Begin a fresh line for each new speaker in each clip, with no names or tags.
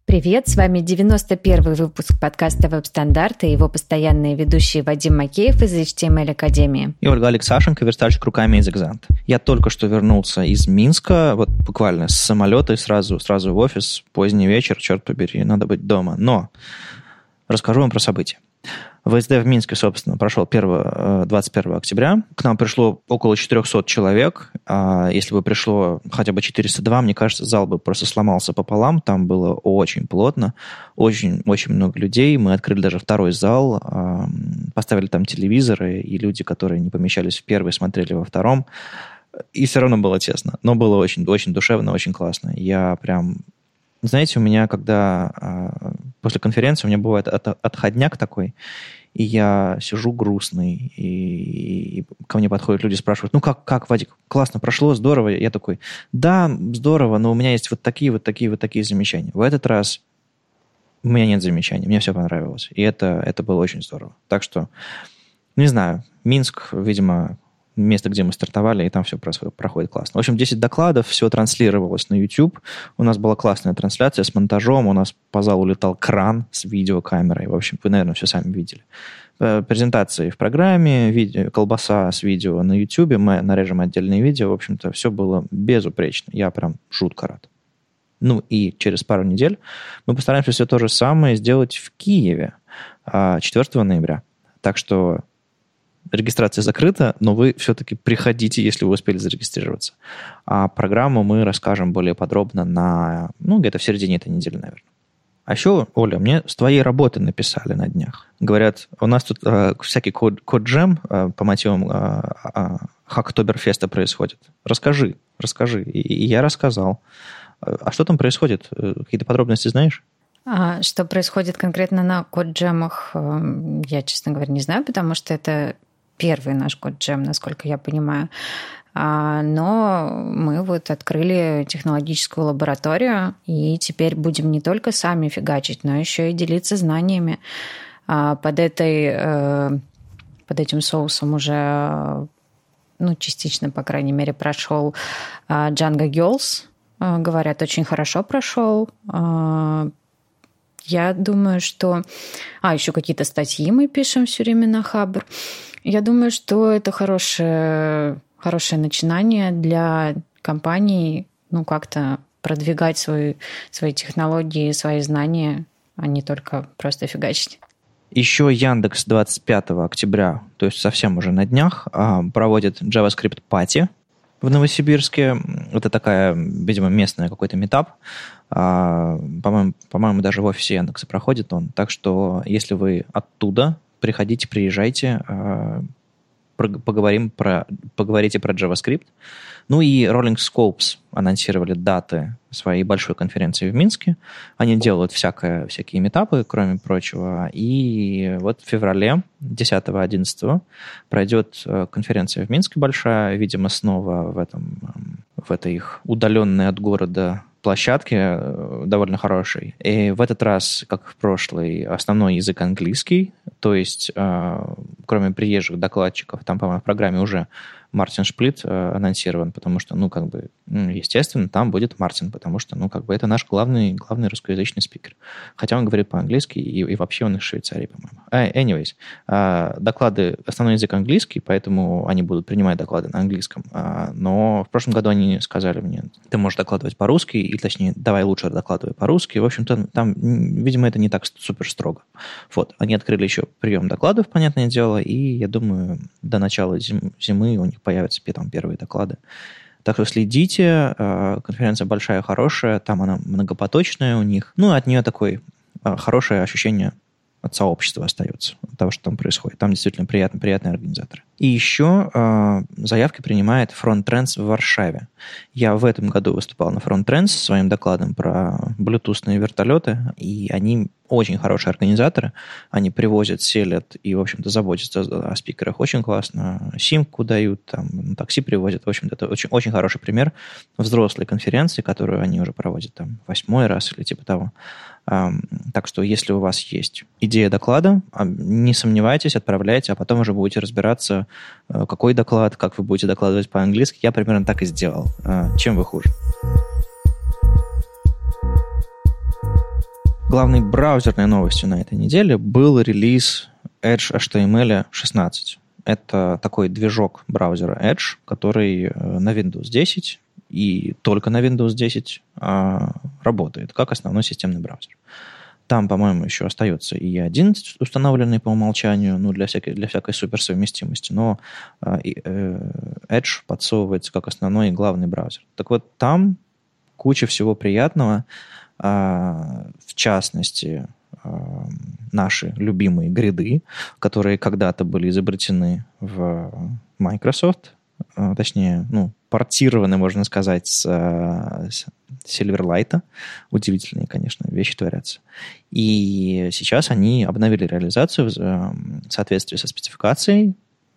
Привет, с вами 91-й выпуск подкаста «Веб-стандарты» и его постоянные ведущие Вадим Макеев из HTML Академии.
И Ольга Алексашенко, верстальщик руками из Exant. Я только что вернулся из Минска, вот буквально с самолета и сразу в офис, поздний вечер, черт побери, надо быть дома. Но расскажу вам про события. ВСД в Минске, собственно, прошел 21 октября. К нам пришло около 400 человек. Если бы пришло хотя бы 402, мне кажется, зал бы просто сломался пополам. Там было очень плотно, очень много людей. Мы открыли даже второй зал, поставили там телевизоры, и люди, которые не помещались в первый, смотрели во втором. И все равно было тесно. Но было очень душевно, очень классно. Я прям... Знаете, у меня, когда после конференции, у меня бывает отходняк такой, и я сижу грустный, и ко мне подходят люди, спрашивают, ну как, Вадик, классно прошло, здорово. Я такой, да, здорово, но у меня есть вот такие замечания. В этот раз у меня нет замечаний, мне все понравилось, и это было очень здорово. Так что, не знаю, Минск, видимо... место, где мы стартовали, и там все проходит классно. В общем, 10 докладов, все транслировалось на YouTube. У нас была классная трансляция с монтажом, у нас по залу летал кран с видеокамерой. В общем, вы, наверное, все сами видели. Презентации в программе, колбаса с видео на YouTube, мы нарежем отдельные видео. В общем-то, все было безупречно. Я прям жутко рад. Ну и через пару недель мы постараемся все то же самое сделать в Киеве 4 ноября. Так что регистрация закрыта, но вы все-таки приходите, если вы успели зарегистрироваться. А программу мы расскажем более подробно где-то в середине этой недели, наверное. А еще, Оля, мне с твоей работы написали на днях. Говорят, у нас тут всякий код-джем по мотивам Хактоберфеста происходит. Расскажи. И я рассказал. А что там происходит? Какие-то подробности знаешь?
Что происходит конкретно на код-джемах, я, честно говоря, не знаю, потому что это первый наш код-джем, насколько я понимаю. Но мы вот открыли технологическую лабораторию, и теперь будем не только сами фигачить, но еще и делиться знаниями. Под этим соусом уже, частично, по крайней мере, прошел Django Girls. Говорят, очень хорошо прошел. Я думаю, что... еще какие-то статьи мы пишем все время на Хабр. Я думаю, что это хорошее начинание для компаний, как-то продвигать свои технологии, свои знания, а не только просто фигачить.
Еще Яндекс 25 октября, то есть совсем уже на днях, проводит JavaScript Party в Новосибирске. Это такая, видимо, местная какой-то митап. По-моему, даже в офисе Яндекса проходит он. Так что, если вы оттуда, приезжайте, поговорите про JavaScript. Ну и Rolling Scopes анонсировали даты своей большой конференции в Минске. Они делают всякие митапы, кроме прочего. И вот в феврале 10-11 пройдет конференция в Минске большая, видимо, снова в этой их удаленной от города площадке, довольно хорошей. И в этот раз, как в прошлый, основной язык английский, то есть кроме приезжих докладчиков, там, по-моему, в программе уже Мартин Шплит анонсирован, потому что, естественно, там будет Мартин, потому что, это наш главный русскоязычный спикер. Хотя он говорит по-английски, и вообще он из Швейцарии, по-моему. Anyways, доклады, основной язык английский, поэтому они будут принимать доклады на английском. Но в прошлом году они сказали мне, ты можешь докладывать по-русски, и точнее, давай лучше докладывай по-русски. В общем-то, там, видимо, это не так супер строго. Вот, они открыли еще прием докладов, понятное дело, и я думаю, до начала зимы у них появятся там первые доклады. Так что следите, конференция большая, хорошая, там она многопоточная у них. От нее такое хорошее ощущение от сообщества остается, от того, что там происходит. Там действительно приятные организаторы. И еще заявки принимает Front Trends в Варшаве. Я в этом году выступал на Front Trends со своим докладом про блютусные вертолеты, и они очень хорошие организаторы. Они привозят, селят и, в общем-то, заботятся о спикерах очень классно. Симку дают, там, такси привозят. В общем-то, это очень, очень хороший пример взрослой конференции, которую они уже проводят 8-й раз или типа того. Так что, если у вас есть идея доклада, не сомневайтесь, отправляйте, а потом уже будете разбираться, какой доклад, как вы будете докладывать по-английски. Я примерно так и сделал. Чем вы хуже? Главной браузерной новостью на этой неделе был релиз Edge HTML 16. Это такой движок браузера Edge, который на Windows 10 и только на Windows 10 работает как основной системный браузер. Там, по-моему, еще остается и E11 установленный по умолчанию, для всякой суперсовместимости, но Edge подсовывается как основной и главный браузер. Так вот, там куча всего приятного, в частности, наши любимые гриды, которые когда-то были изобретены в Microsoft, точнее, портированы, можно сказать, с Silverlight. Удивительные, конечно, вещи творятся. И сейчас они обновили реализацию в соответствии со спецификацией.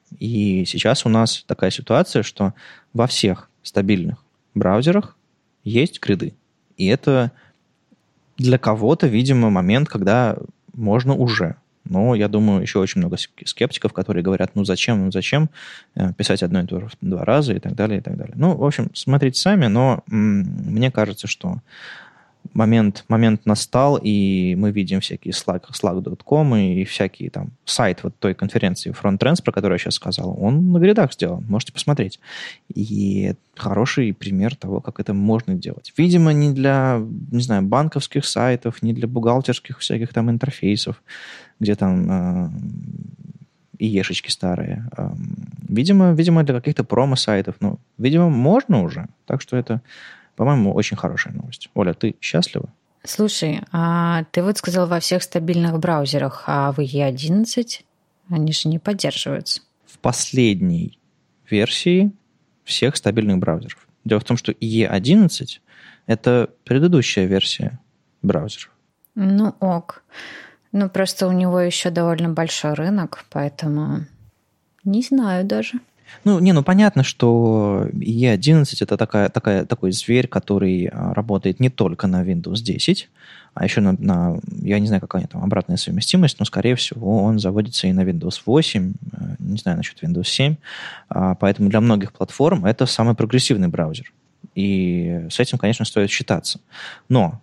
И сейчас у нас такая ситуация, что во всех стабильных браузерах есть гриды. И это для кого-то, видимо, момент, когда можно уже. Но я думаю, еще очень много скептиков, которые говорят, зачем писать одно и то же два раза и так далее, и так далее. В общем, смотрите сами, но мне кажется, что момент настал, и мы видим всякие Slack.com и всякие там сайт вот той конференции FrontTrends, про которую я сейчас сказал, он на гридах сделан, можете посмотреть. И хороший пример того, как это можно делать. Видимо, не для, банковских сайтов, не для бухгалтерских всяких там интерфейсов, где там иешечки старые. Видимо, для каких-то промо-сайтов. Видимо, можно уже. Так что это, по-моему, очень хорошая новость. Оля, ты счастлива?
Слушай, а ты вот сказал во всех стабильных браузерах, а в E11 они же не поддерживаются.
В последней версии всех стабильных браузеров. Дело в том, что E11 – это предыдущая версия браузеров.
Ок. Просто у него еще довольно большой рынок, поэтому не знаю даже.
Понятно, что E11 – это такой зверь, который работает не только на Windows 10, а еще я не знаю, какая там обратная совместимость, но, скорее всего, он заводится и на Windows 8, не знаю насчет Windows 7, поэтому для многих платформ это самый прогрессивный браузер. И с этим, конечно, стоит считаться. Но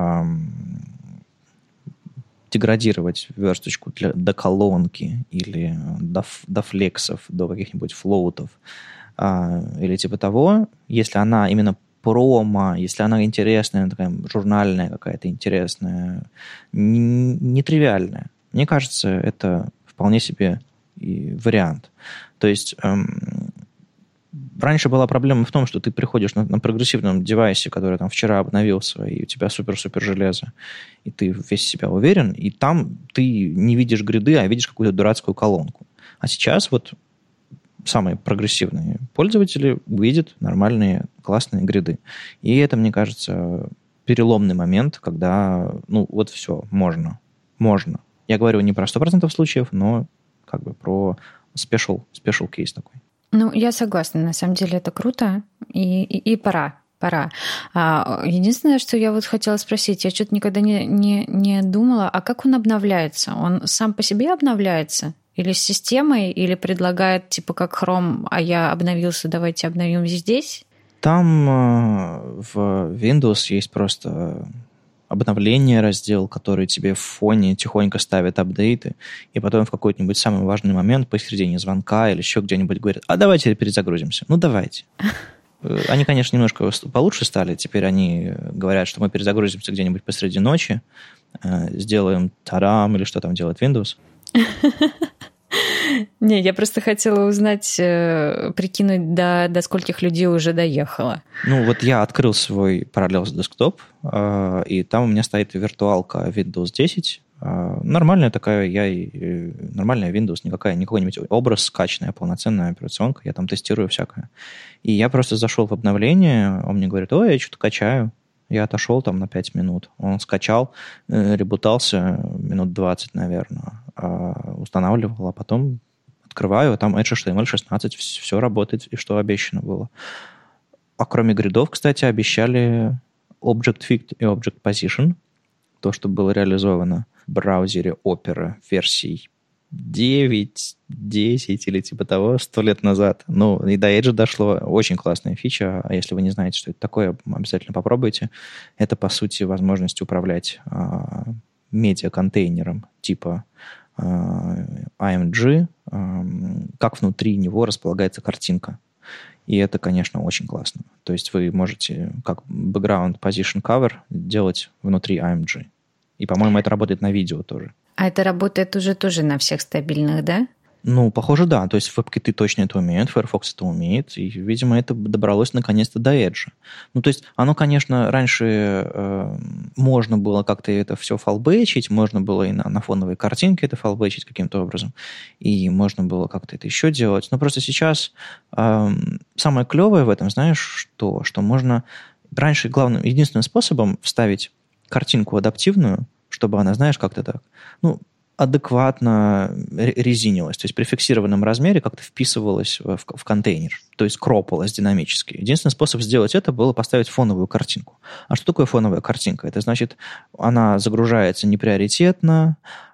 деградировать версточку до колонки или до флексов, до каких-нибудь флоутов или типа того, если она именно промо, если она интересная, такая журнальная какая-то интересная, нетривиальная. Мне кажется, это вполне себе и вариант. То есть раньше была проблема в том, что ты приходишь на прогрессивном девайсе, который там вчера обновился, и у тебя супер-супер железо, и ты весь себя уверен, и там ты не видишь гриды, а видишь какую-то дурацкую колонку. А сейчас вот самые прогрессивные пользователи увидят нормальные, классные гриды. И это, мне кажется, переломный момент, когда, все, можно. Я говорю не про 100% случаев, но как бы про special кейс такой.
Я согласна. На самом деле это круто. И пора. Единственное, что я вот хотела спросить, я что-то никогда не думала, а как он обновляется? Он сам по себе обновляется? Или с системой? Или предлагает, типа, как Chrome, а я обновился, давайте обновим здесь?
Там в Windows есть просто обновление раздел, который тебе в фоне тихонько ставит апдейты, и потом в какой-нибудь самый важный момент посередине звонка или еще где-нибудь говорят, а давайте перезагрузимся. Давайте. Они, конечно, немножко получше стали. Теперь они говорят, что мы перезагрузимся где-нибудь посреди ночи, сделаем тарам или что там делает Windows.
Не, я просто хотела узнать, прикинуть, до скольких людей уже доехала.
Я открыл свой Parallels Desktop, и там у меня стоит виртуалка Windows 10. Нормальная такая, нормальная Windows, не какой-нибудь образ скачанная, полноценная операционка. Я там тестирую всякое. И я просто зашел в обновление, он мне говорит, я что-то качаю. Я отошел там на 5 минут. Он скачал, ребутался минут 20, наверное. Устанавливал, а потом открываю, там Edge HTML 16, все работает, и что обещано было. А кроме гридов, кстати, обещали Object Fit и Object Position, то, что было реализовано в браузере Opera версий 9, 10 или типа того, 100 лет назад. Ну, и до Edge дошло. Очень классная фича. А если вы не знаете, что это такое, обязательно попробуйте. Это, по сути, возможность управлять медиаконтейнером типа IMG, как внутри него располагается картинка. И это, конечно, очень классно. То есть вы можете как background position cover делать внутри IMG. И, по-моему, это работает на видео тоже.
А это работает уже тоже на всех стабильных, да?
Ну, похоже, да. То есть WebKit точно это умеет, Firefox это умеет, и, видимо, это добралось наконец-то до Edge. Ну, то есть оно, конечно, раньше можно было как-то это все фалбэчить, можно было и на фоновой картинке это фалбэчить каким-то образом, и можно было как-то это еще делать. Но просто сейчас самое клевое в этом, знаешь, что можно... Раньше единственным способом вставить картинку адаптивную, чтобы она, знаешь, как-то так... Ну, адекватно резинилась, то есть при фиксированном размере как-то вписывалась в контейнер, то есть кропалась динамически. Единственный способ сделать это было поставить фоновую картинку. А что такое фоновая картинка? Это значит, она загружается неприоритетно,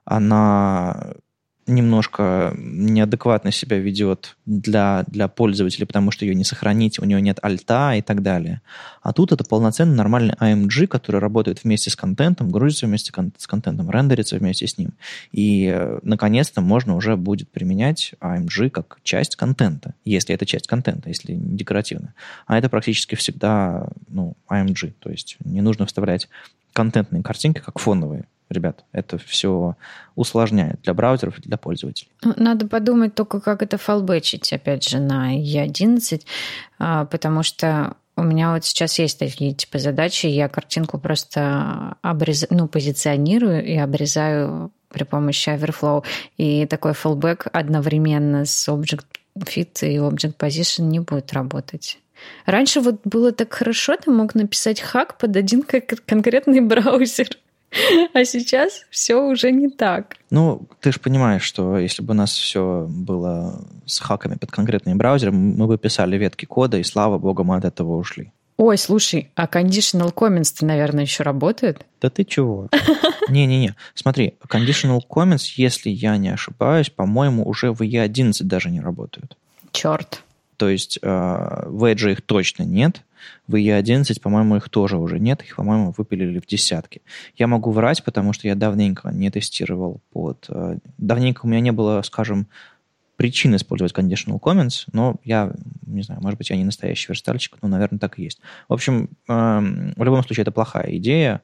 она немножко неадекватно себя ведет для пользователя, потому что ее не сохранить, у нее нет альта и так далее. А тут это полноценный нормальный AMG, который работает вместе с контентом, грузится вместе с контентом, рендерится вместе с ним. И, наконец-то, можно уже будет применять AMG как часть контента, если это часть контента, если не декоративно. А это практически всегда AMG, то есть не нужно вставлять контентные картинки как фоновые. Ребят, это все усложняет для браузеров и для пользователей.
Надо подумать только, как это фалбэчить, опять же, на E11, потому что у меня вот сейчас есть такие типа задачи, я картинку просто позиционирую и обрезаю при помощи Overflow, и такой фалбэк одновременно с Object Fit и Object Position не будет работать. Раньше вот было так хорошо, ты мог написать хак под один конкретный браузер. А сейчас все уже не так.
Ну, ты же понимаешь, что если бы у нас все было с хаками под конкретные браузеры, мы бы писали ветки кода, и слава богу, мы от этого ушли.
Ой, слушай, а conditional comments-то, наверное, еще работают?
Да ты чего? Не-не-не. Смотри, conditional comments, если я не ошибаюсь, по-моему, уже в E11 даже не работают.
Черт.
То есть в Edge их точно нет. В E11, по-моему, их тоже уже нет. Их, по-моему, выпилили в десятки. Я могу врать, потому что я давненько не тестировал давненько у меня не было, скажем, причин использовать conditional comments, но я не знаю, может быть, я не настоящий верстальщик, но, наверное, так и есть. В общем, в любом случае, это плохая идея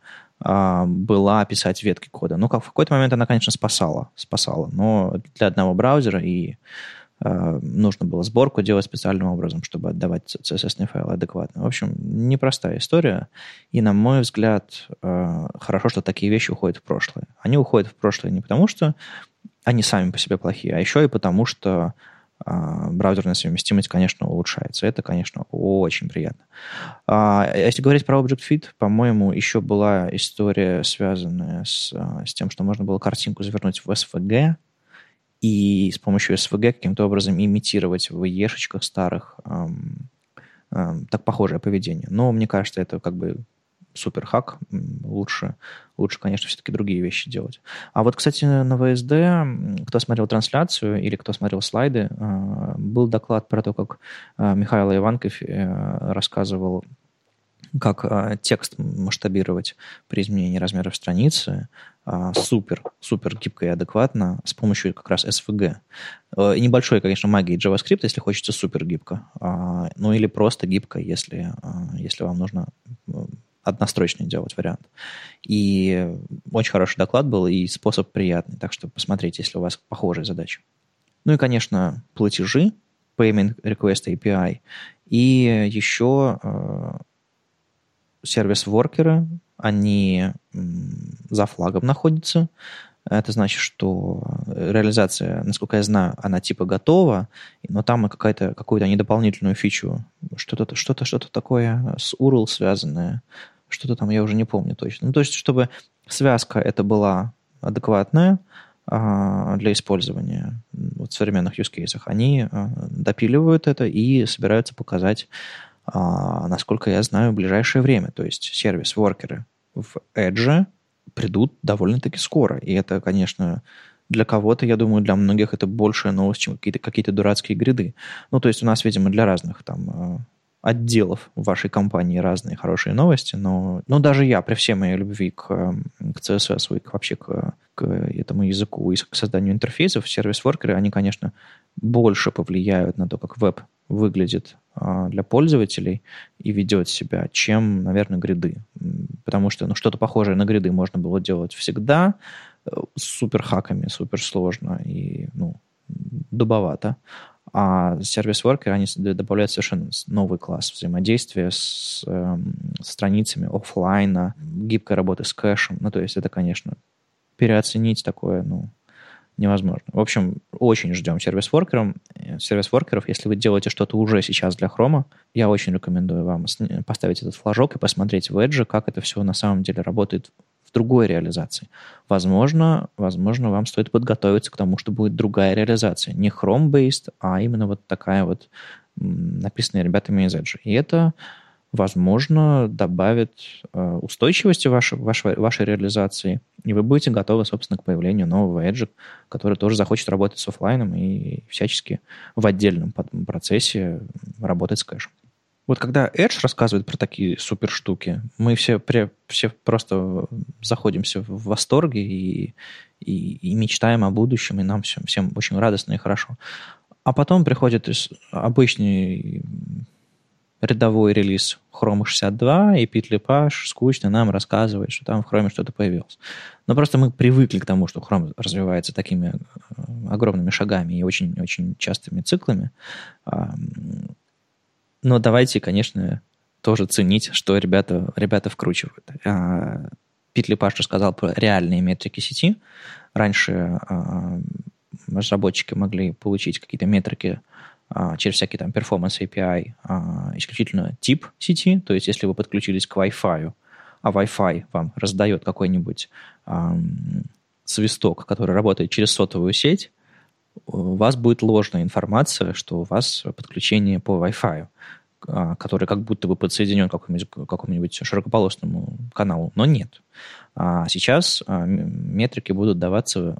была писать ветки кода. Ну, в какой-то момент она, конечно, спасала, но для одного браузера и нужно было сборку делать специальным образом, чтобы отдавать CSS файлы адекватно. В общем, непростая история. И, на мой взгляд, хорошо, что такие вещи уходят в прошлое. Они уходят в прошлое не потому, что они сами по себе плохие, а еще и потому, что браузерная совместимость, конечно, улучшается. Это, конечно, очень приятно. Если говорить про Object Fit, по-моему, еще была история, связанная с тем, что можно было картинку завернуть в SVG, и с помощью SVG каким-то образом имитировать в EE-шечках старых так похожее поведение. Но мне кажется, это как бы супер хак. Лучше, конечно, все-таки другие вещи делать. А вот, кстати, на ВСД, кто смотрел трансляцию или кто смотрел слайды, был доклад про то, как Михаил Иванков рассказывал, как текст масштабировать при изменении размеров страницы супер гибко и адекватно с помощью как раз SVG. Небольшой, конечно, магии JavaScript, если хочется супер гибко. Ну или просто гибко, если вам нужно однострочный делать вариант. И очень хороший доклад был, и способ приятный. Так что посмотрите, если у вас похожие задачи. Ну и, конечно, платежи, Payment Request API, и еще сервис-воркеры, они за флагом находятся. Это значит, что реализация, насколько я знаю, она типа готова, но там какую-то они дополнительную фичу, что-то такое с URL связанное, что-то там, я уже не помню точно. Ну, то есть, чтобы связка эта была адекватная для использования в современных use cases, они допиливают это и собираются показать, насколько я знаю, в ближайшее время. То есть сервис-воркеры в Edge придут довольно-таки скоро. И это, конечно, Для кого-то, я думаю, для многих это большая новость, чем какие-то дурацкие гриды. Ну, то есть у нас, видимо, для разных там отделов в вашей компании разные хорошие новости, но даже я, при всей моей любви к CSS и вообще к этому языку и к созданию интерфейсов, сервис-воркеры, они, конечно, больше повлияют на то, как веб выглядит для пользователей и ведет себя, чем, наверное, гриды. Потому что что-то похожее на гриды можно было делать всегда, с суперхаками, суперсложно и дубовато. А сервис-воркеры, они добавляют совершенно новый класс взаимодействия с страницами офлайна, гибкой работы с кэшем. То есть это, конечно, переоценить такое, невозможно. В общем, очень ждем сервис-воркеров. Если вы делаете что-то уже сейчас для Chrome, я очень рекомендую вам поставить этот флажок и посмотреть в Edge, как это все на самом деле работает в другой реализации. Возможно, вам стоит подготовиться к тому, что будет другая реализация. Не Chrome-based, а именно вот такая вот, написанная ребятами из Edge. И это, возможно, добавит устойчивости вашей реализации, и вы будете готовы, собственно, к появлению нового Edge, который тоже захочет работать с офлайном и всячески в отдельном процессе работать с кэшем. Вот когда Edge рассказывает про такие супер штуки, мы все просто заходимся в восторге и мечтаем о будущем, и нам всем очень радостно и хорошо. А потом приходит обычный рядовой релиз Chrome 62, и Пит Лепаш скучно нам рассказывает, что там в Chrome что-то появилось. Но просто мы привыкли к тому, что Chrome развивается такими огромными шагами и очень-очень частыми циклами. Но давайте, конечно, тоже ценить, что ребята вкручивают. Пит Лепаш рассказал про реальные метрики сети. Раньше разработчики могли получить какие-то метрики через всякие там performance API, исключительно тип сети, то есть если вы подключились к Wi-Fi, а Wi-Fi вам раздает какой-нибудь свисток, который работает через сотовую сеть, у вас будет ложная информация, что у вас подключение по Wi-Fi, который как будто бы подсоединен к какому-нибудь широкополосному каналу, но нет. А сейчас метрики будут даваться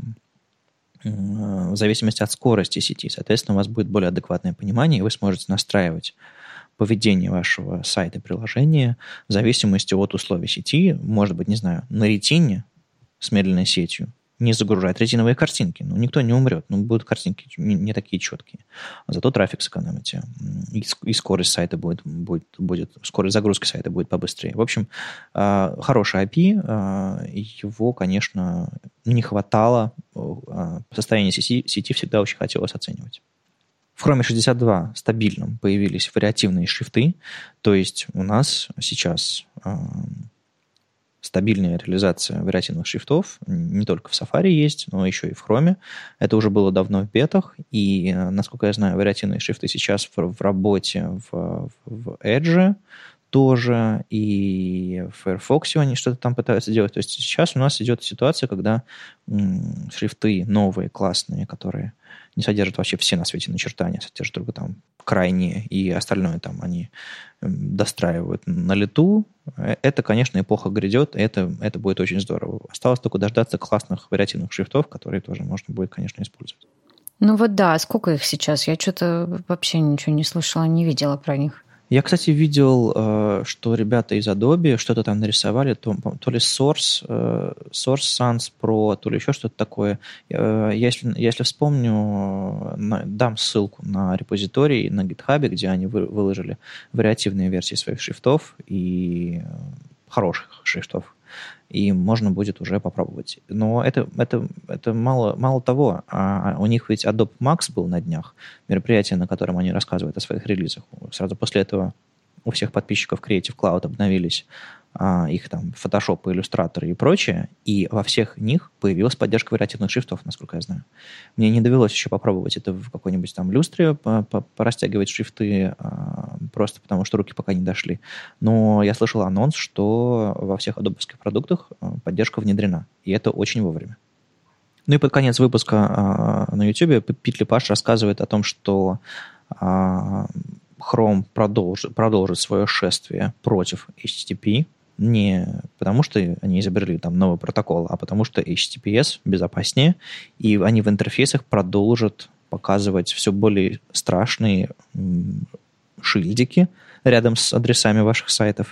в зависимости от скорости сети. Соответственно, у вас будет более адекватное понимание, и вы сможете настраивать поведение вашего сайта, приложения в зависимости от условий сети. Может быть, не знаю, на ретине с медленной сетью не загружать ретиновые картинки. Никто не умрет. Будут картинки не такие четкие. Зато трафик сэкономите. И скорость сайта будет скорость загрузки сайта будет побыстрее. В общем, хороший API. Его, конечно, не хватало. Состояние сети всегда очень хотелось оценивать. В Chrome 62 стабильном появились вариативные шрифты. То есть у нас сейчас стабильная реализация вариативных шрифтов не только в Safari есть, но еще и в Chrome. Это уже было давно в бетах, и, насколько я знаю, вариативные шрифты сейчас в работе в Edge тоже, и в Firefox они что-то там пытаются делать. То есть сейчас у нас идет ситуация, когда шрифты новые, классные, которые не содержат вообще все на свете начертания, содержат только там крайние, и остальное там они достраивают на лету. Это, конечно, эпоха грядет, это будет очень здорово. Осталось только дождаться классных вариативных шрифтов, которые тоже можно будет, конечно, использовать.
Сколько их сейчас? Я что-то вообще ничего не слышала, не видела про них.
Я, кстати, видел, что ребята из Adobe что-то там нарисовали, то ли Source Sans Pro, то ли еще что-то такое. Если вспомню, дам ссылку на репозиторий на GitHub, где они выложили вариативные версии своих шрифтов и хороших шрифтов. И можно будет уже попробовать. Но это мало того. У них ведь Adobe Max был на днях, мероприятие, на котором они рассказывают о своих релизах. Сразу после этого у всех подписчиков Creative Cloud обновились их там Photoshop, Illustrator и прочее, и во всех них появилась поддержка вариативных шрифтов, насколько я знаю. Мне не довелось еще попробовать это в какой-нибудь там люстре, порастягивать шрифты, просто потому что руки пока не дошли. Но я слышал анонс, что во всех адобовских продуктах поддержка внедрена, и это очень вовремя. И под конец выпуска на YouTube Пит Лепаш рассказывает о том, что Chrome продолжит свое шествие против HTTP. не потому, что они изобрели там новый протокол, а потому что HTTPS безопаснее, и они в интерфейсах продолжат показывать все более страшные шильдики рядом с адресами ваших сайтов,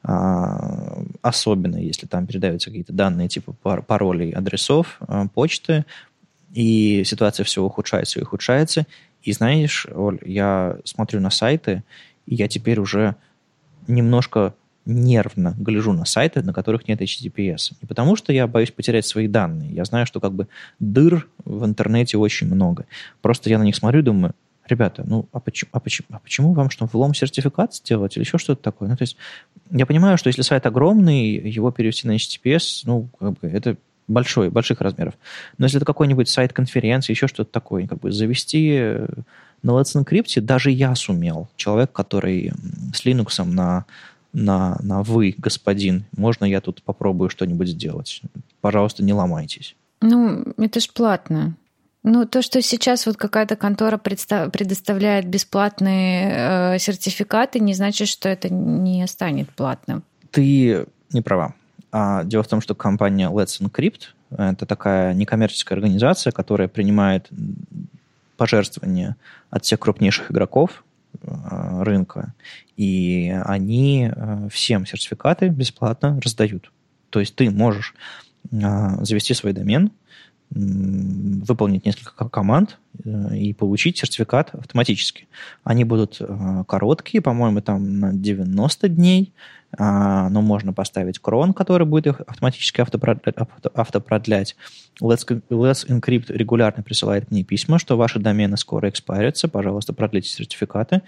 особенно если там передаются какие-то данные типа паролей, адресов, почты, и ситуация все ухудшается и ухудшается. И знаешь, Оль, я смотрю на сайты, и я теперь уже немножко нервно гляжу на сайты, на которых нет HTTPS. Не потому, что я боюсь потерять свои данные. Я знаю, что как бы дыр в интернете очень много. Просто я на них смотрю и думаю, ребята, ну а почему вам что, влом сертификат сделать или еще что-то такое? Ну, то есть я понимаю, что если сайт огромный, его перевести на HTTPS, ну, как бы это больших размеров. Но если это какой-нибудь сайт конференции, еще что-то такое, как бы завести на Let's Encrypt даже я сумел. Человек, который с Linux на «вы», господин, можно я тут попробую что-нибудь сделать? Пожалуйста, не ломайтесь.
Ну, это ж платно. Ну, то, что сейчас вот какая-то контора предоставляет бесплатные сертификаты, не значит, что это не станет платным.
Ты не права. Дело в том, что компания Let's Encrypt – это такая некоммерческая организация, которая принимает пожертвования от всех крупнейших игроков рынка, и они всем сертификаты бесплатно раздают. То есть ты можешь завести свой домен, выполнить несколько команд и получить сертификат автоматически. Они будут короткие, по-моему, там на 90 дней, но можно поставить крон, который будет их автоматически автопродлять. Let's Encrypt регулярно присылает мне письма, что ваши домены скоро экспайрятся, пожалуйста, продлите сертификаты.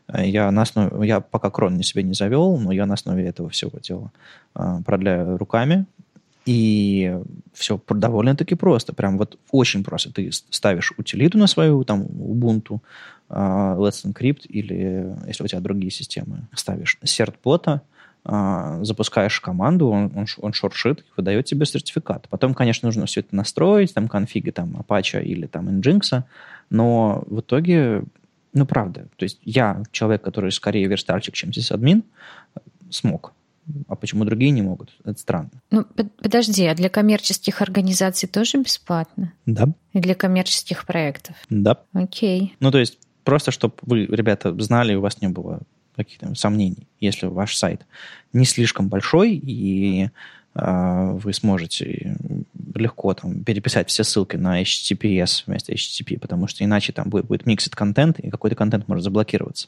Я пока крон себе не завел, но я на основе этого всего дела продляю руками. И все довольно-таки просто. Прям вот очень просто. Ты ставишь утилиту на свою, там, Ubuntu, Let's Encrypt, или, если у тебя другие системы, ставишь cert-бота, запускаешь команду, он шуршит и выдает тебе сертификат. Потом, конечно, нужно все это настроить, там, конфиги, там, Apache или там Nginx, но в итоге, ну, правда, то есть я, человек, который скорее верстальщик, чем сисадмин, смог. А почему другие не могут? Это странно.
Ну, подожди, а для коммерческих организаций тоже бесплатно?
Да.
И для коммерческих проектов?
Да.
Окей.
Ну, то есть просто, чтобы вы, ребята, знали, у вас не было каких-то сомнений. Если ваш сайт не слишком большой, и вы сможете легко там переписать все ссылки на HTTPS вместо HTTP, потому что иначе там будет mixed контент, и какой-то контент может заблокироваться.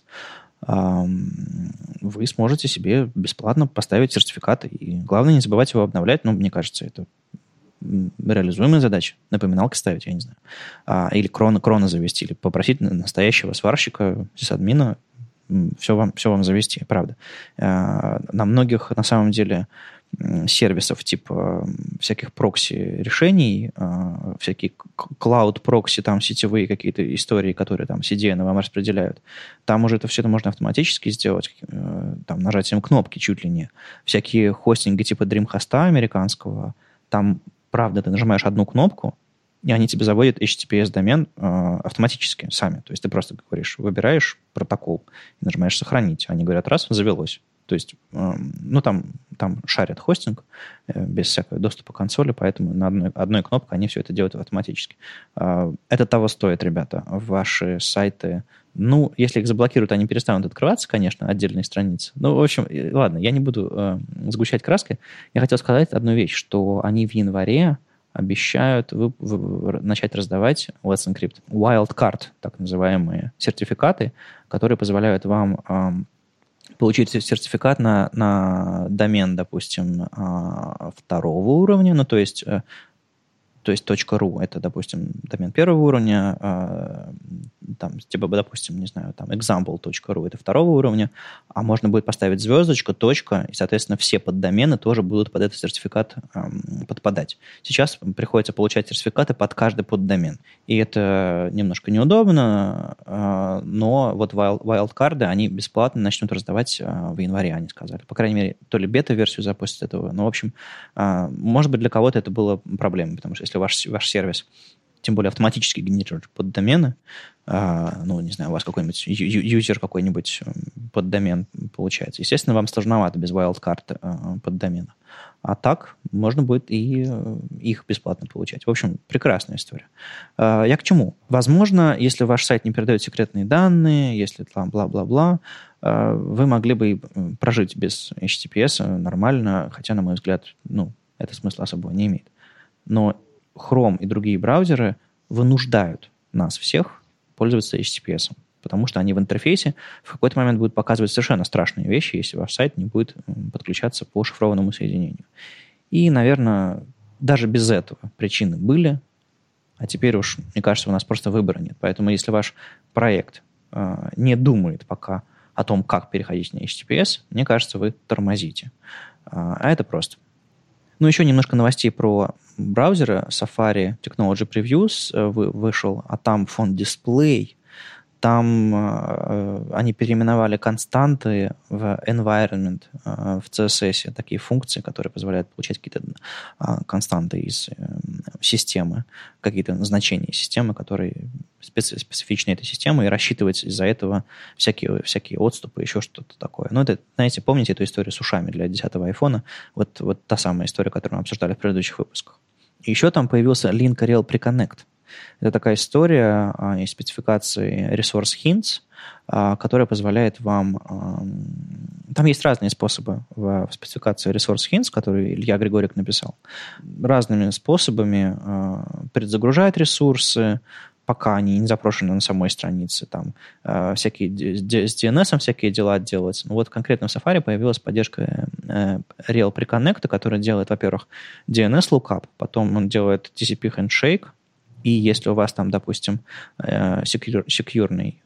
Вы сможете себе бесплатно поставить сертификат. И главное, не забывать его обновлять. Ну, мне кажется, это реализуемая задача. Напоминалки ставить, я не знаю. Или крона завести, или попросить настоящего сварщика, сисадмина все вам завести, правда. На многих, на самом деле, сервисов типа всяких прокси-решений, всякие клауд-прокси, там сетевые какие-то истории, которые там CDN вам распределяют. Там уже это все это можно автоматически сделать, там нажатием кнопки чуть ли не. Всякие хостинги типа Dreamhost американского, там, правда, ты нажимаешь одну кнопку, и они тебе заводят HTTPS-домен автоматически сами. То есть ты просто говоришь, выбираешь протокол и нажимаешь «Сохранить». Они говорят, раз, завелось. То есть, ну, там шарят хостинг без всякого доступа к консоли, поэтому на одной кнопкой они все это делают автоматически. Это того стоит, ребята. Ваши сайты, ну, если их заблокируют, они перестанут открываться, конечно, отдельные страницы. Ну, в общем, ладно, я не буду сгущать краской. Я хотел сказать одну вещь, что они в январе обещают начать раздавать Let's Encrypt Wildcard, так называемые сертификаты, которые позволяют вам получить сертификат на домен, допустим, второго уровня, ну, то есть .ru, это, допустим, домен первого уровня, там, типа, допустим, не знаю, там, example.ru, это второго уровня, а можно будет поставить звездочку, точка, и, соответственно, все поддомены тоже будут под этот сертификат подпадать. Сейчас приходится получать сертификаты под каждый поддомен, и это немножко неудобно, но вот wildcard они бесплатно начнут раздавать в январе, они сказали. По крайней мере, то ли бета-версию запустят этого, но, в общем, может быть, для кого-то это было проблемой, потому что если ваш сервис тем более автоматически генерирует поддомены, не знаю, у вас какой-нибудь юзер какой-нибудь поддомен получается. Естественно, вам сложновато без wildcard поддомена. А так можно будет и их бесплатно получать. В общем, прекрасная история. Я к чему? Возможно, если ваш сайт не передает секретные данные, если там бла-бла-бла, вы могли бы прожить без HTTPS нормально, хотя, на мой взгляд, это смысла особого не имеет. Но Chrome и другие браузеры вынуждают нас всех пользоваться HTTPS, потому что они в интерфейсе в какой-то момент будут показывать совершенно страшные вещи, если ваш сайт не будет подключаться по шифрованному соединению. И, наверное, даже без этого причины были, а теперь уж, мне кажется, у нас просто выбора нет. Поэтому если ваш проект не думает пока о том, как переходить на HTTPS, мне кажется, вы тормозите. А это просто. Еще немножко новостей про браузеры. Safari Technology Previews вышел, а там фонд Display. Там они переименовали константы в environment в CSS, такие функции, которые позволяют получать какие-то константы из системы, какие-то значения системы, которые специфичны этой системы, и рассчитывать из-за этого всякие отступы, еще что-то такое. Это, знаете, помните эту историю с ушами для 10-го айфона? Вот та самая история, которую мы обсуждали в предыдущих выпусках. И еще там появился Link Rel Preconnect. Это такая история из спецификации Resource Hints, которая позволяет вам... Там есть разные способы в спецификации Resource Hints, которые Илья Григорик написал. Разными способами предзагружать ресурсы, пока они не запрошены на самой странице. Там всякие с DNS всякие дела делать. Конкретно в Safari появилась поддержка Rel Preconnect, которая делает, во-первых, DNS lookup, потом он делает TCP handshake, и если у вас там, допустим, секьюрный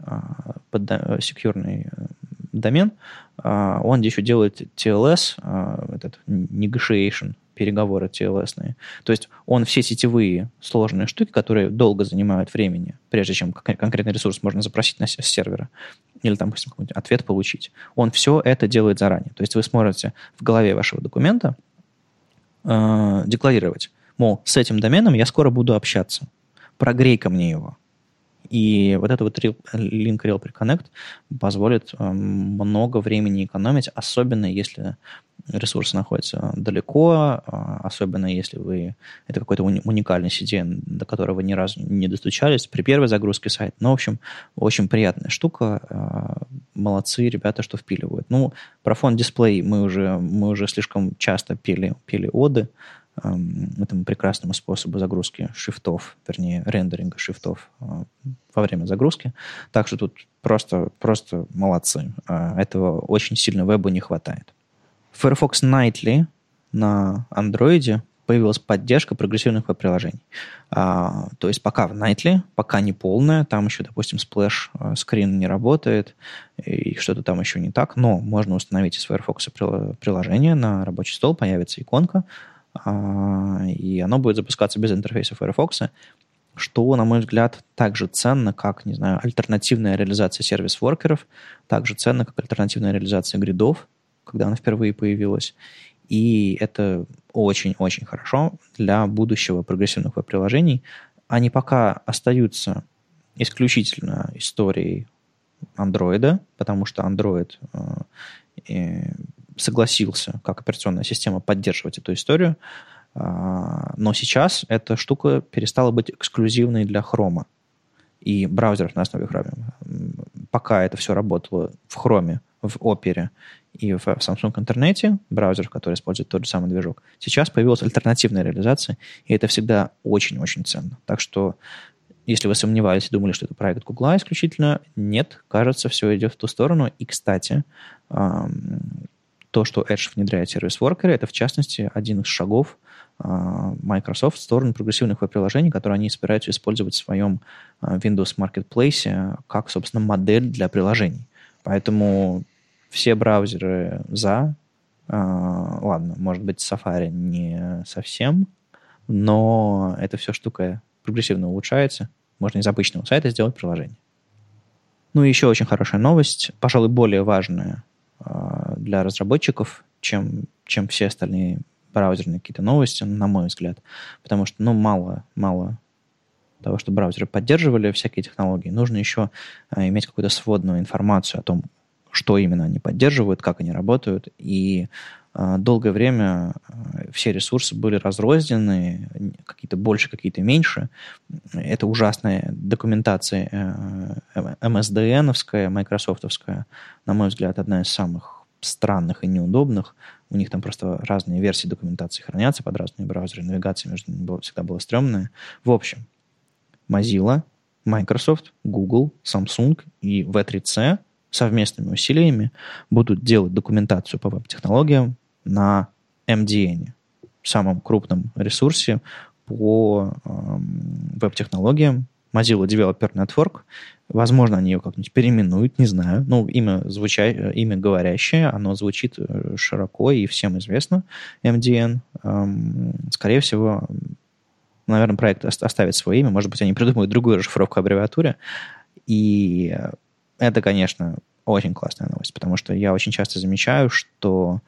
домен, он еще делает TLS, этот negotiation, переговоры TLS-ные. То есть он все сетевые сложные штуки, которые долго занимают времени, прежде чем конкретный ресурс можно запросить с сервера, или там, допустим, какой-нибудь ответ получить, он все это делает заранее. То есть вы сможете в голове вашего документа декларировать, мол, с этим доменом я скоро буду общаться. Прогрей-ка мне его. И вот этот Link Rel Preconnect позволит много времени экономить, особенно если ресурс находится далеко, особенно если это какой-то уникальный CDN, до которого вы ни разу не достучались при первой загрузке сайта. В общем, очень приятная штука. Молодцы ребята, что впиливают. Про фонд Display мы уже слишком часто пели оды этому прекрасному способу загрузки шрифтов, вернее, рендеринга шрифтов во время загрузки. Так что тут просто молодцы. Этого очень сильно вебу не хватает. Firefox Nightly на Android появилась поддержка прогрессивных веб-приложений. То есть пока в Nightly, пока не полная, там еще, допустим, Splash Screen не работает, и что-то там еще не так, но можно установить из Firefox приложение на рабочий стол, появится иконка, и оно будет запускаться без интерфейса Firefox, что, на мой взгляд, так же ценно, как, не знаю, альтернативная реализация сервис-воркеров, так же ценно, как альтернативная реализация гридов, когда она впервые появилась. И это очень-очень хорошо для будущего прогрессивных веб-приложений. Они пока остаются исключительно историей Android, потому что Android согласился как операционная система поддерживать эту историю, но сейчас эта штука перестала быть эксклюзивной для Chrome и браузеров на основе Chrome. Пока это все работало в Chrome, в Opera и в Samsung Интернете, браузеров, которые используют тот же самый движок, сейчас появилась альтернативная реализация, и это всегда очень-очень ценно. Так что, если вы сомневались и думали, что это проект Гугла исключительно, нет, кажется, все идет в ту сторону. И, кстати, то, что Edge внедряет сервис-воркеры, это, в частности, один из шагов Microsoft в сторону прогрессивных веб-приложений, которые они собираются использовать в своем Windows Marketplace как, собственно, модель для приложений. Поэтому все браузеры за. Ладно, может быть, Safari не совсем, но эта вся штука прогрессивно улучшается. Можно из обычного сайта сделать приложение. И еще очень хорошая новость, пожалуй, более важная для разработчиков, чем все остальные браузерные какие-то новости, на мой взгляд. Потому что, мало того, чтобы браузеры поддерживали всякие технологии, нужно еще иметь какую-то сводную информацию о том, что именно они поддерживают, как они работают. И долгое время все ресурсы были разрознены, какие-то больше, какие-то меньше. Это ужасная документация MSDN-овская, майкрософтовская, на мой взгляд, одна из самых странных и неудобных. У них там просто разные версии документации хранятся под разные браузеры, навигация между ними всегда была стрёмная. В общем, Mozilla, Microsoft, Google, Samsung и V3C совместными усилиями будут делать документацию по веб-технологиям на MDN, самом крупном ресурсе по веб-технологиям. Mozilla Developer Network. Возможно, они ее как-нибудь переименуют, не знаю. Ну, имя говорящее, оно звучит широко и всем известно. MDN. Скорее всего, наверное, проект оставит свое имя. Может быть, они придумают другую расшифровку аббревиатуры. И это, конечно, очень классная новость, потому что я очень часто замечаю, что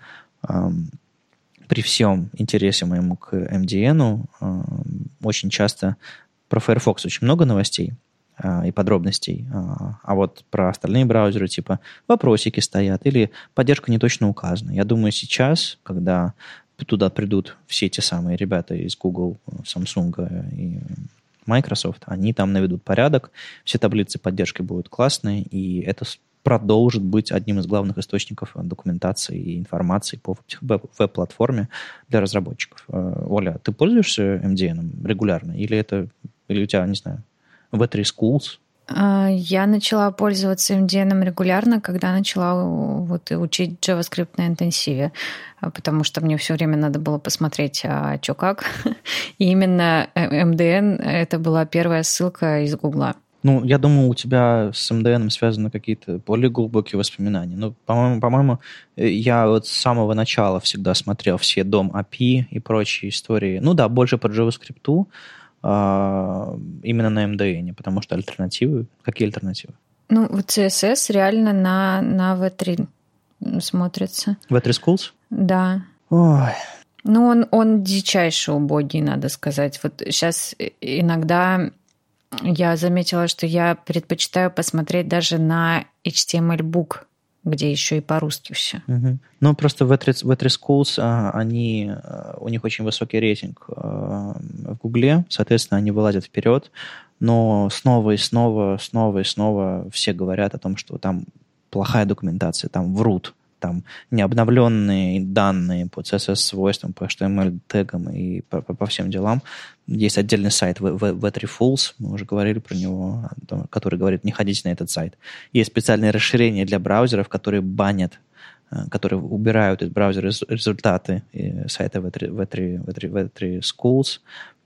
при всем интересе моему к MDN очень часто про Firefox очень много новостей и подробностей, а вот про остальные браузеры типа вопросики стоят или поддержка не точно указана. Я думаю, сейчас, когда туда придут все те самые ребята из Google, Samsung и Microsoft, они там наведут порядок, все таблицы поддержки будут классные, и это продолжит быть одним из главных источников документации и информации по веб-платформе для разработчиков. Оля, ты пользуешься MDN регулярно? Или у тебя, не знаю, V3 Schools?
Я начала пользоваться MDN регулярно, когда начала учить JavaScript на интенсиве, потому что мне все время надо было посмотреть, что как. И именно MDN — это была первая ссылка из Гугла.
Ну, я думаю, у тебя с MDN связаны какие-то более глубокие воспоминания. Ну, по-моему, я вот с самого начала всегда смотрел все DOM API и прочие истории. Ну да, больше по JavaScript, именно на MDN, потому что альтернативы... Какие альтернативы?
Ну, CSS реально на V3 смотрится.
V3 Schools?
Да.
Ой.
Ну, он дичайше убогий, надо сказать. Вот сейчас иногда я заметила, что я предпочитаю посмотреть даже на HTML-бук, где еще и по-русски все.
Угу. Ну, просто V3 Schools, у них очень высокий рейтинг в Гугле, соответственно, они вылазят вперед, но снова и снова все говорят о том, что там плохая документация, там врут, там необновленные данные по CSS-свойствам, по HTML-тегам и по всем делам. Есть отдельный сайт V3 Fools, мы уже говорили про него, который говорит, не ходите на этот сайт. Есть специальные расширения для браузеров, которые банят, которые убирают из браузера результаты сайта V3 Schools.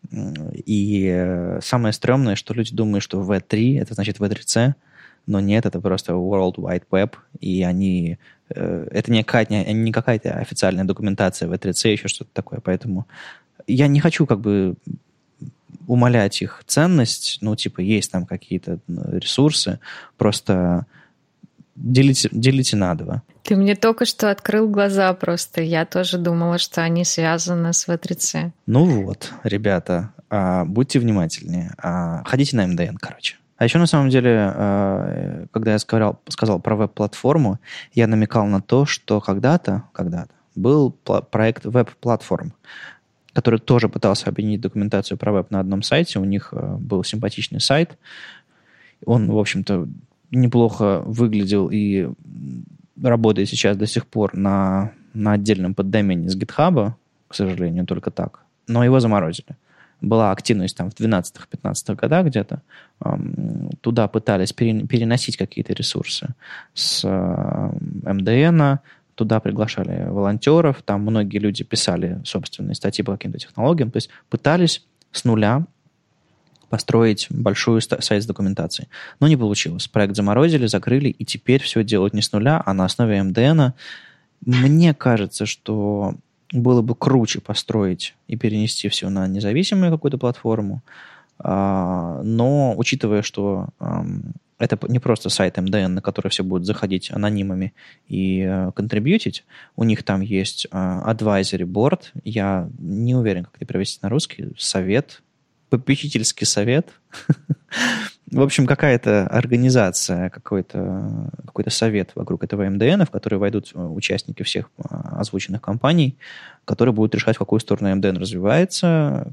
И самое стрёмное, что люди думают, что V3 это значит V3C, но нет, это просто World Wide Web, и это не какая-то официальная документация V3C, еще что-то такое, поэтому я не хочу умалять их ценность, есть там какие-то ресурсы, просто делите на два.
Ты мне только что открыл глаза просто, я тоже думала, что они связаны с V3C.
Ну вот, ребята, будьте внимательнее, ходите на MDN, короче. А еще, на самом деле, когда я сказал про веб-платформу, я намекал на то, что когда-то был проект веб-платформ, который тоже пытался объединить документацию про веб на одном сайте. У них был симпатичный сайт. Он, в общем-то, неплохо выглядел и работает сейчас до сих пор на отдельном поддомене с GitHub, к сожалению, только так. Но его заморозили. Была активность там в 12-15 годах где-то. Туда пытались переносить какие-то ресурсы с MDN, туда приглашали волонтеров, там многие люди писали собственные статьи по каким-то технологиям, то есть пытались с нуля построить большой сайт с документацией. Но не получилось. Проект заморозили, закрыли, и теперь все делают не с нуля, а на основе MDN. Мне кажется, что было бы круче построить и перенести все на независимую какую-то платформу, но учитывая, что это не просто сайт MDN, на который все будут заходить анонимами и контрибьютить, у них там есть advisory board, я не уверен, как это перевести на русский, совет попечительский совет. В общем, какая-то организация, какой-то совет вокруг этого МДН, в который войдут участники всех озвученных компаний, которые будут решать, в какую сторону МДН развивается,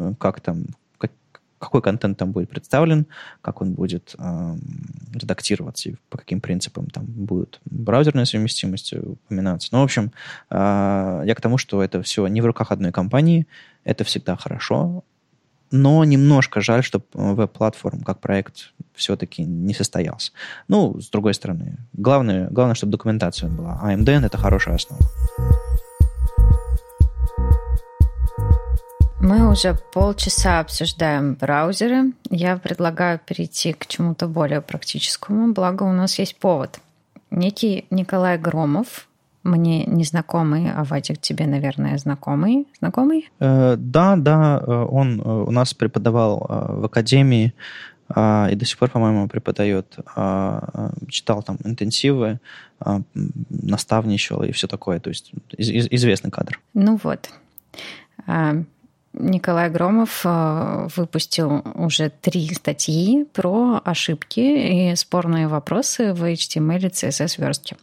какой контент там будет представлен, как он будет редактироваться и по каким принципам там будет браузерная совместимость упоминаться. Ну, в общем, я к тому, что это все не в руках одной компании, это всегда хорошо, но немножко жаль, что веб-платформ как проект все-таки не состоялся. Ну, с другой стороны, главное, чтобы документация была, а МДН — это хорошая основа.
Мы уже полчаса обсуждаем браузеры. Я предлагаю перейти к чему-то более практическому, благо у нас есть повод. Некий Николай Громов, мне незнакомый, а Вадик тебе, наверное, знакомый. Знакомый?
Да, он у нас преподавал в академии и до сих пор, по-моему, преподает. Читал там интенсивы, наставничал и все такое. То есть известный кадр.
Ну вот. Николай Громов выпустил уже 3 статьи про ошибки и спорные вопросы в HTML и CSS-верстке.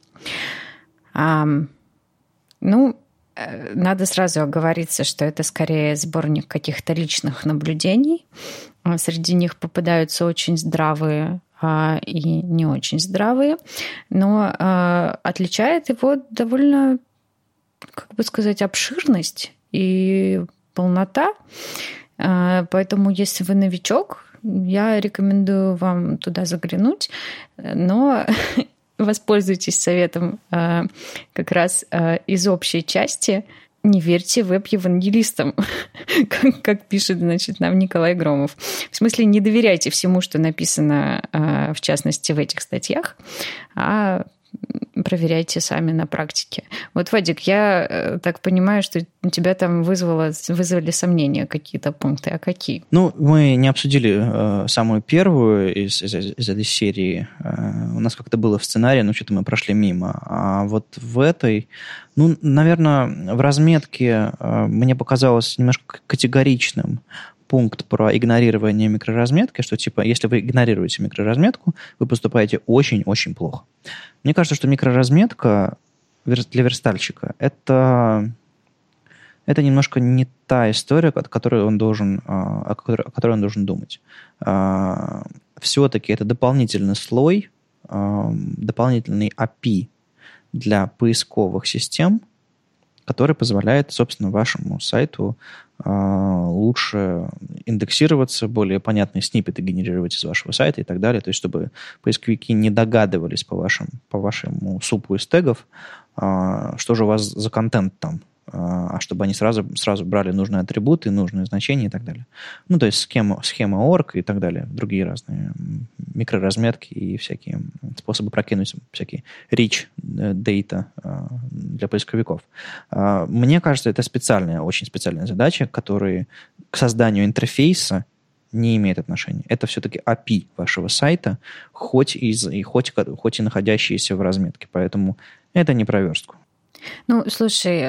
Надо сразу оговориться, что это скорее сборник каких-то личных наблюдений. Среди них попадаются очень здравые и не очень здравые, но отличает его довольно, как бы сказать, обширность и полнота. Поэтому, если вы новичок, я рекомендую вам туда заглянуть, но воспользуйтесь советом как раз из общей части. Не верьте веб-евангелистам, как пишет, значит, нам Николай Громов. В смысле, не доверяйте всему, что написано, в частности, в этих статьях, а проверяйте сами на практике. Вот, Вадик, я так понимаю, что у тебя там вызвали сомнения какие-то пункты. А какие?
Ну, мы не обсудили самую первую из этой серии. У нас как-то было в сценарии, но что-то мы прошли мимо. А вот в этой, наверное, в разметке мне показалось немножко категоричным пункт про игнорирование микроразметки, что типа, если вы игнорируете микроразметку, вы поступаете очень-очень плохо. Мне кажется, что микроразметка для верстальщика это немножко не та история, о которой он должен думать. Все-таки это дополнительный слой, дополнительный API для поисковых систем, который позволяет, собственно, вашему сайту лучше индексироваться, более понятные сниппеты генерировать из вашего сайта и так далее. То есть, чтобы поисковики не догадывались по вашему супу из тегов, что же у вас за контент там, а чтобы они сразу брали нужные атрибуты, нужные значения и так далее. Ну, то есть схема org и так далее, другие разные микроразметки и всякие способы прокинуть всякие rich data для поисковиков. Мне кажется, это очень специальная задача, которая к созданию интерфейса не имеет отношения. Это все-таки API вашего сайта, хоть и находящиеся в разметке. Поэтому это не про верстку.
Ну, слушай,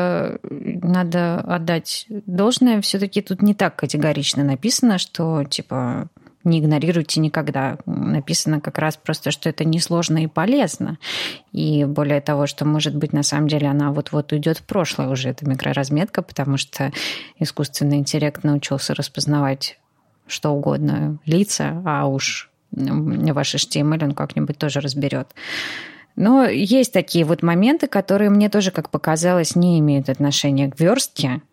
надо отдать должное. Все-таки тут не так категорично написано, что, типа, не игнорируйте никогда. Написано как раз просто, что это несложно и полезно. И более того, что, может быть, на самом деле она вот-вот уйдет в прошлое уже, эта микроразметка, потому что искусственный интеллект научился распознавать что угодно, лица, а уж ваш HTML он как-нибудь тоже разберет. Но есть такие вот моменты, которые мне тоже, как показалось, не имеют отношения к верстке.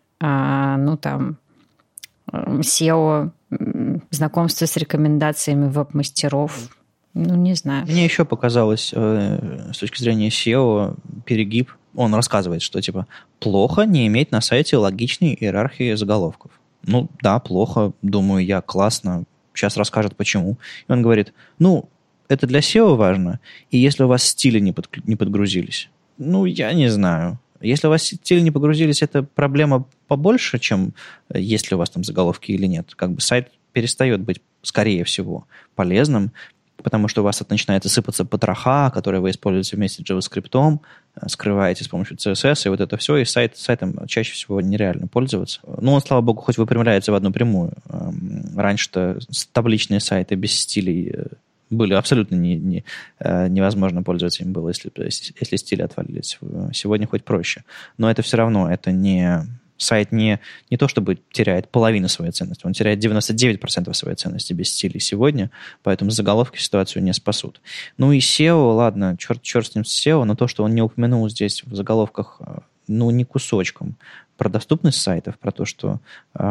SEO, знакомство с рекомендациями веб-мастеров. Не знаю.
Мне еще показалось, с точки зрения SEO, перегиб. Он рассказывает, что типа плохо не иметь на сайте логичной иерархии заголовков. Ну да, плохо, думаю я, классно. Сейчас расскажет, почему. И он говорит, это для SEO важно, и если у вас стили не подгрузились. Я не знаю. Если у вас стили не подгрузились, это проблема побольше, чем есть ли у вас там заголовки или нет. Как бы сайт перестает быть, скорее всего, полезным, потому что у вас это начинается сыпаться потроха, которые вы используете вместе с JavaScript, скрываете с помощью CSS, и вот это все, и сайтом чаще всего нереально пользоваться. Ну, он, слава богу, хоть выпрямляется в одну прямую. Раньше-то табличные сайты без стилей были абсолютно невозможно пользоваться им было, если стили отвалились. Сегодня хоть проще. Но это все равно, это не... Сайт не то чтобы теряет половину своей ценности, он теряет 99% своей ценности без стилей сегодня, поэтому заголовки ситуацию не спасут. Ну и SEO, ладно, черт с ним с SEO, но то, что он не упомянул здесь в заголовках, ну, ни кусочком про доступность сайтов, про то, что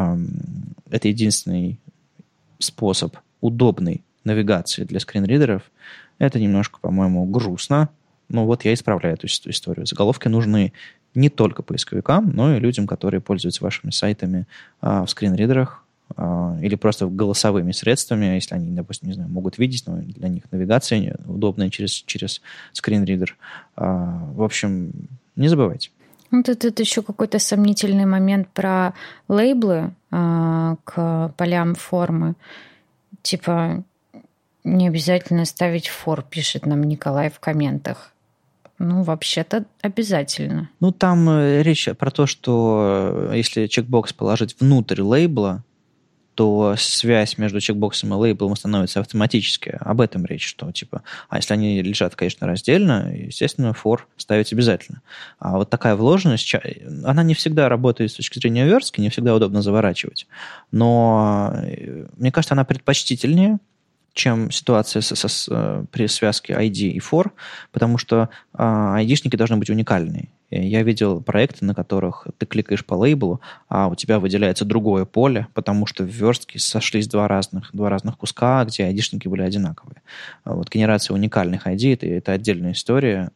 это единственный способ удобной навигации для скринридеров, это немножко, по-моему, грустно. Ну вот я исправляю эту историю. Заголовки нужны не только поисковикам, но и людям, которые пользуются вашими сайтами в скринридерах или просто голосовыми средствами, если они, допустим, не знаю, могут видеть, но для них навигация удобная через скринридер. В общем, не забывайте.
Ну, тут еще какой-то сомнительный момент про лейблы к полям формы. Типа, не обязательно ставить for, пишет нам Николай в комментах. Ну, вообще-то обязательно.
Ну, там речь про то, что если чекбокс положить внутрь лейбла, то связь между чекбоксом и лейблом становится автоматически. Об этом речь, что типа, а если они лежат, конечно, раздельно, естественно, for ставить обязательно. А вот такая вложенность, она не всегда работает с точки зрения верстки, не всегда удобно заворачивать. Но мне кажется, она предпочтительнее, чем ситуация при связке ID и for, потому что ID-шники должны быть уникальные. Я видел проекты, на которых ты кликаешь по лейблу, а у тебя выделяется другое поле, потому что в верстке сошлись два разных куска, где ID-шники были одинаковые. Вот генерация уникальных ID – это отдельная история.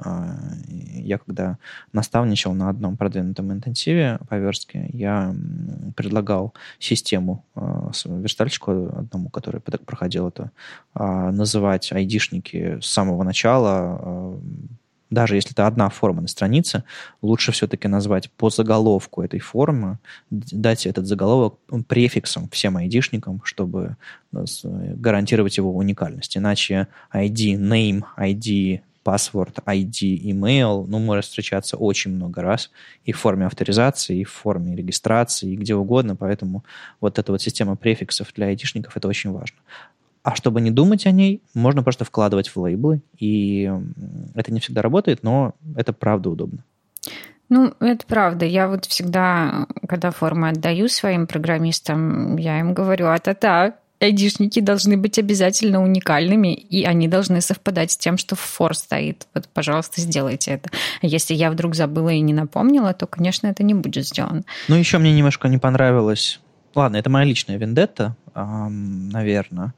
Я когда наставничал на одном продвинутом интенсиве по верстке, я предлагал систему верстальщику одному, который проходил это, называть ID-шники с самого начала. Даже если это одна форма на странице, лучше все-таки назвать по заголовку этой формы, дать этот заголовок префиксом всем ID-шникам, чтобы гарантировать его уникальность. Иначе ID, name, ID, password, ID, email, может встречаться очень много раз и в форме авторизации, и в форме регистрации, и где угодно. Поэтому вот эта вот система префиксов для ID-шников – это очень важно. А чтобы не думать о ней, можно просто вкладывать в лейблы, и это не всегда работает, но это правда удобно.
Ну, это правда. Я вот всегда, когда формы отдаю своим программистам, я им говорю, айдишники должны быть обязательно уникальными, и они должны совпадать с тем, что в for стоит. Вот, пожалуйста, сделайте это. Если я вдруг забыла и не напомнила, то, конечно, это не будет сделано.
Ну, еще мне немножко не понравилось... Ладно, это моя личная вендетта, наверное.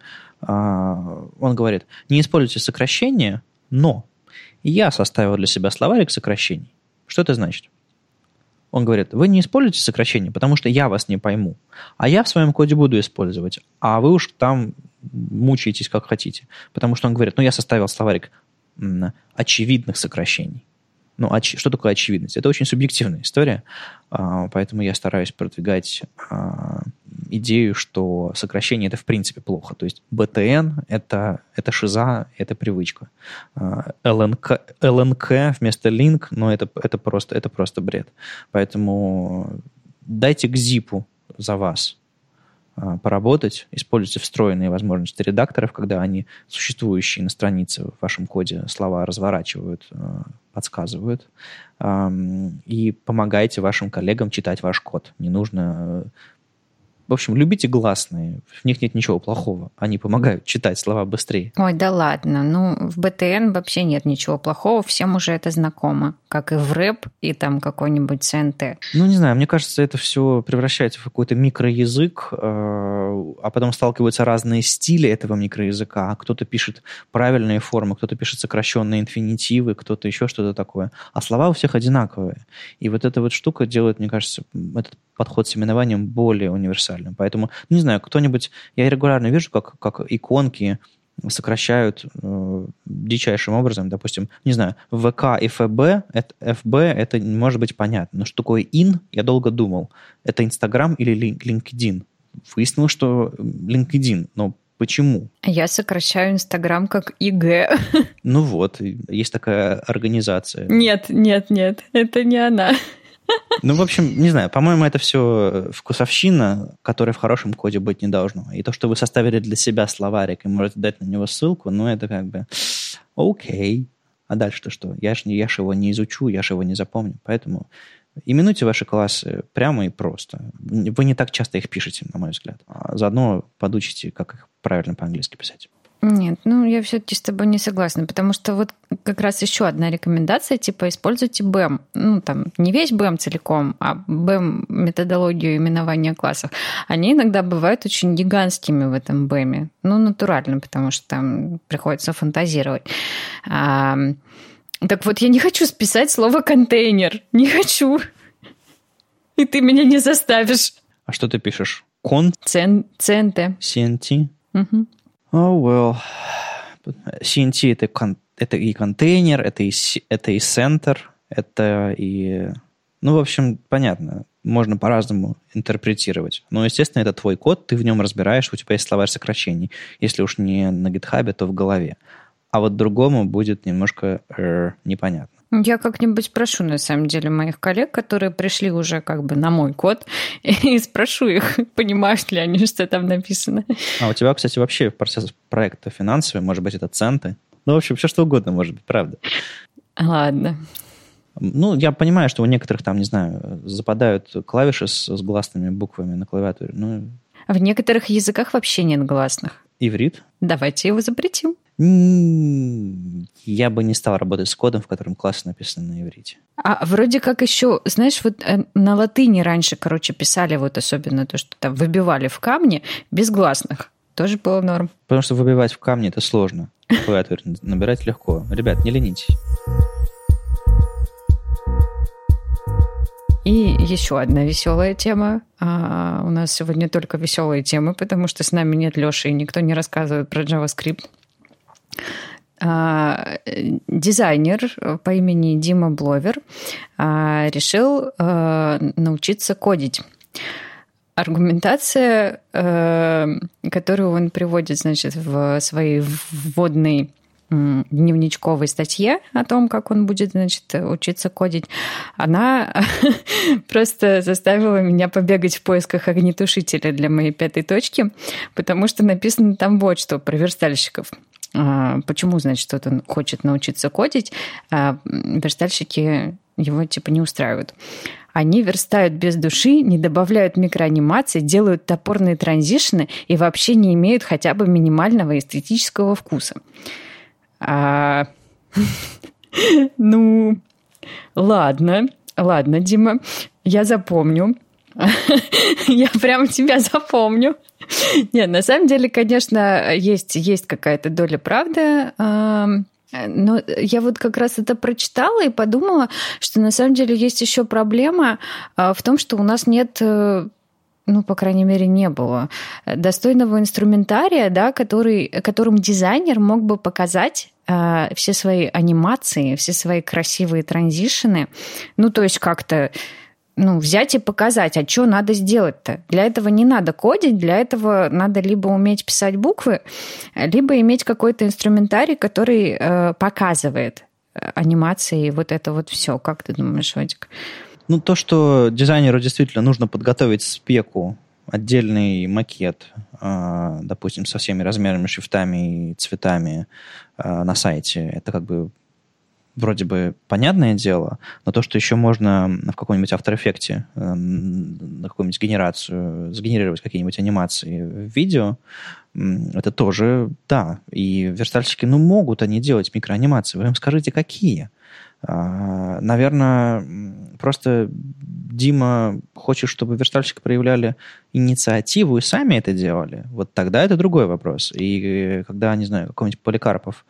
Он говорит, не используйте сокращения, но я составил для себя словарик сокращений. Что это значит? Он говорит, вы не используете сокращения, потому что я вас не пойму. А я в своем коде буду использовать, а вы уж там мучаетесь как хотите. Потому что он говорит, я составил словарик очевидных сокращений. Что такое очевидность? Это очень субъективная история, поэтому я стараюсь продвигать идею, что сокращение – это в принципе плохо. То есть BTN – это шиза, это привычка. LNK вместо link, это просто бред. Поэтому дайте к зипу за вас поработать, используйте встроенные возможности редакторов, когда они существующие на странице в вашем коде слова разворачивают, подсказывают, и помогайте вашим коллегам читать ваш код. Не нужно... В общем, любите гласные, в них нет ничего плохого. Они помогают читать слова быстрее.
Ой, да ладно. В BTN вообще нет ничего плохого, всем уже это знакомо. Как и в рэп, и там какой-нибудь CNT.
Не знаю, мне кажется, это все превращается в какой-то микроязык, а потом сталкиваются разные стили этого микроязыка. Кто-то пишет правильные формы, кто-то пишет сокращенные инфинитивы, кто-то еще что-то такое. А слова у всех одинаковые. И вот эта вот штука делает, мне кажется, этот подход с именованием более универсальным. Поэтому, не знаю, кто-нибудь... Я регулярно вижу, как иконки сокращают дичайшим образом. Допустим, не знаю, ВК и ФБ, это может быть понятно. Но что такое ин, я долго думал. Это Инстаграм или LinkedIn? Выяснилось, что LinkedIn. Но Почему?
Я сокращаю Инстаграм как ИГ.
Ну вот, есть такая организация.
Нет, это не она.
Ну, в общем, не знаю, по-моему, это все вкусовщина, которая в хорошем коде быть не должно. И то, что вы составили для себя словарик и можете дать на него ссылку, ну, это как бы окей. А дальше-то что? Я ж его не изучу, я ж его не запомню. Поэтому именуйте ваши классы прямо и просто. Вы не так часто их пишете, на мой взгляд. А заодно подучите, как их правильно по-английски писать.
Нет, я все-таки с тобой не согласна, потому что вот как раз еще одна рекомендация, типа используйте BEM. Там не весь BEM целиком, а BEM методологию именования классов. Они иногда бывают очень гигантскими в этом BEM. Натурально, потому что там приходится фантазировать. Так вот, я не хочу списать слово «контейнер». Не хочу. И ты меня не заставишь.
А что ты пишешь? CNT? CNT?
Угу.
Oh, well. CNT это и контейнер, это и центр, это и... в общем, понятно. Можно по-разному интерпретировать. Но, естественно, это твой код, ты в нем разбираешь, у тебя есть словарь сокращений. Если уж не на GitHub, то в голове. А вот другому будет немножко непонятно.
Я как-нибудь спрошу, на самом деле, моих коллег, которые пришли уже как бы на мой код, и спрошу их, понимают ли они, что там написано.
А у тебя, кстати, вообще процесс проекта финансовый, может быть, это центы. В общем, все что угодно может быть, правда.
Ладно.
Я понимаю, что у некоторых там, не знаю, западают клавиши с гласными буквами на клавиатуре.
В некоторых языках вообще нет гласных.
Иврит?
Давайте его запретим.
Я бы не стал работать с кодом, в котором классы написаны на иврите.
А вроде как еще, знаешь, вот на латыни раньше, писали вот особенно то, что там выбивали в камне без гласных. Тоже было норм.
Потому что выбивать в камне это сложно. Клавиатуру набирать легко. Ребят, не ленитесь.
И еще одна веселая тема. У нас сегодня только веселые темы, потому что с нами нет Леши, и никто не рассказывает про JavaScript. Дизайнер по имени Дима Бловер решил научиться кодить. Аргументация, которую он приводит, в своей вводной дневничковой статье о том, как он будет, учиться кодить, она просто заставила меня побегать в поисках огнетушителя для моей 5-й точки, потому что написано там вот что про верстальщиков. Почему, вот он хочет научиться кодить, а верстальщики его не устраивают. Они верстают без души, не добавляют микроанимации, делают топорные транзишны и вообще не имеют хотя бы минимального эстетического вкуса. Ладно, Дима, я запомню. Я прям тебя запомню. Нет, на самом деле, конечно, есть какая-то доля правды. Но я вот как раз это прочитала и подумала, что на самом деле есть еще проблема в том, что у нас нет, по крайней мере, не было достойного инструментария, да, которым дизайнер мог бы показать все свои анимации, все свои красивые транзишны. То есть как-то взять и показать, а что надо сделать-то? Для этого не надо кодить, для этого надо либо уметь писать буквы, либо иметь какой-то инструментарий, который показывает анимации и вот это вот все. Как ты думаешь, Вадик?
То, что дизайнеру действительно нужно подготовить спеку, отдельный макет, допустим, со всеми размерами, шрифтами и цветами на сайте, это как бы вроде бы понятное дело, но то, что еще можно в каком-нибудь After Effects на какую-нибудь генерацию сгенерировать какие-нибудь анимации в видео, это тоже, да. И верстальщики, могут они делать микроанимации. Вы им скажите, какие? Наверное, просто Дима хочет, чтобы верстальщики проявляли инициативу и сами это делали. Вот тогда это другой вопрос. И когда, не знаю, какой-нибудь Поликарпов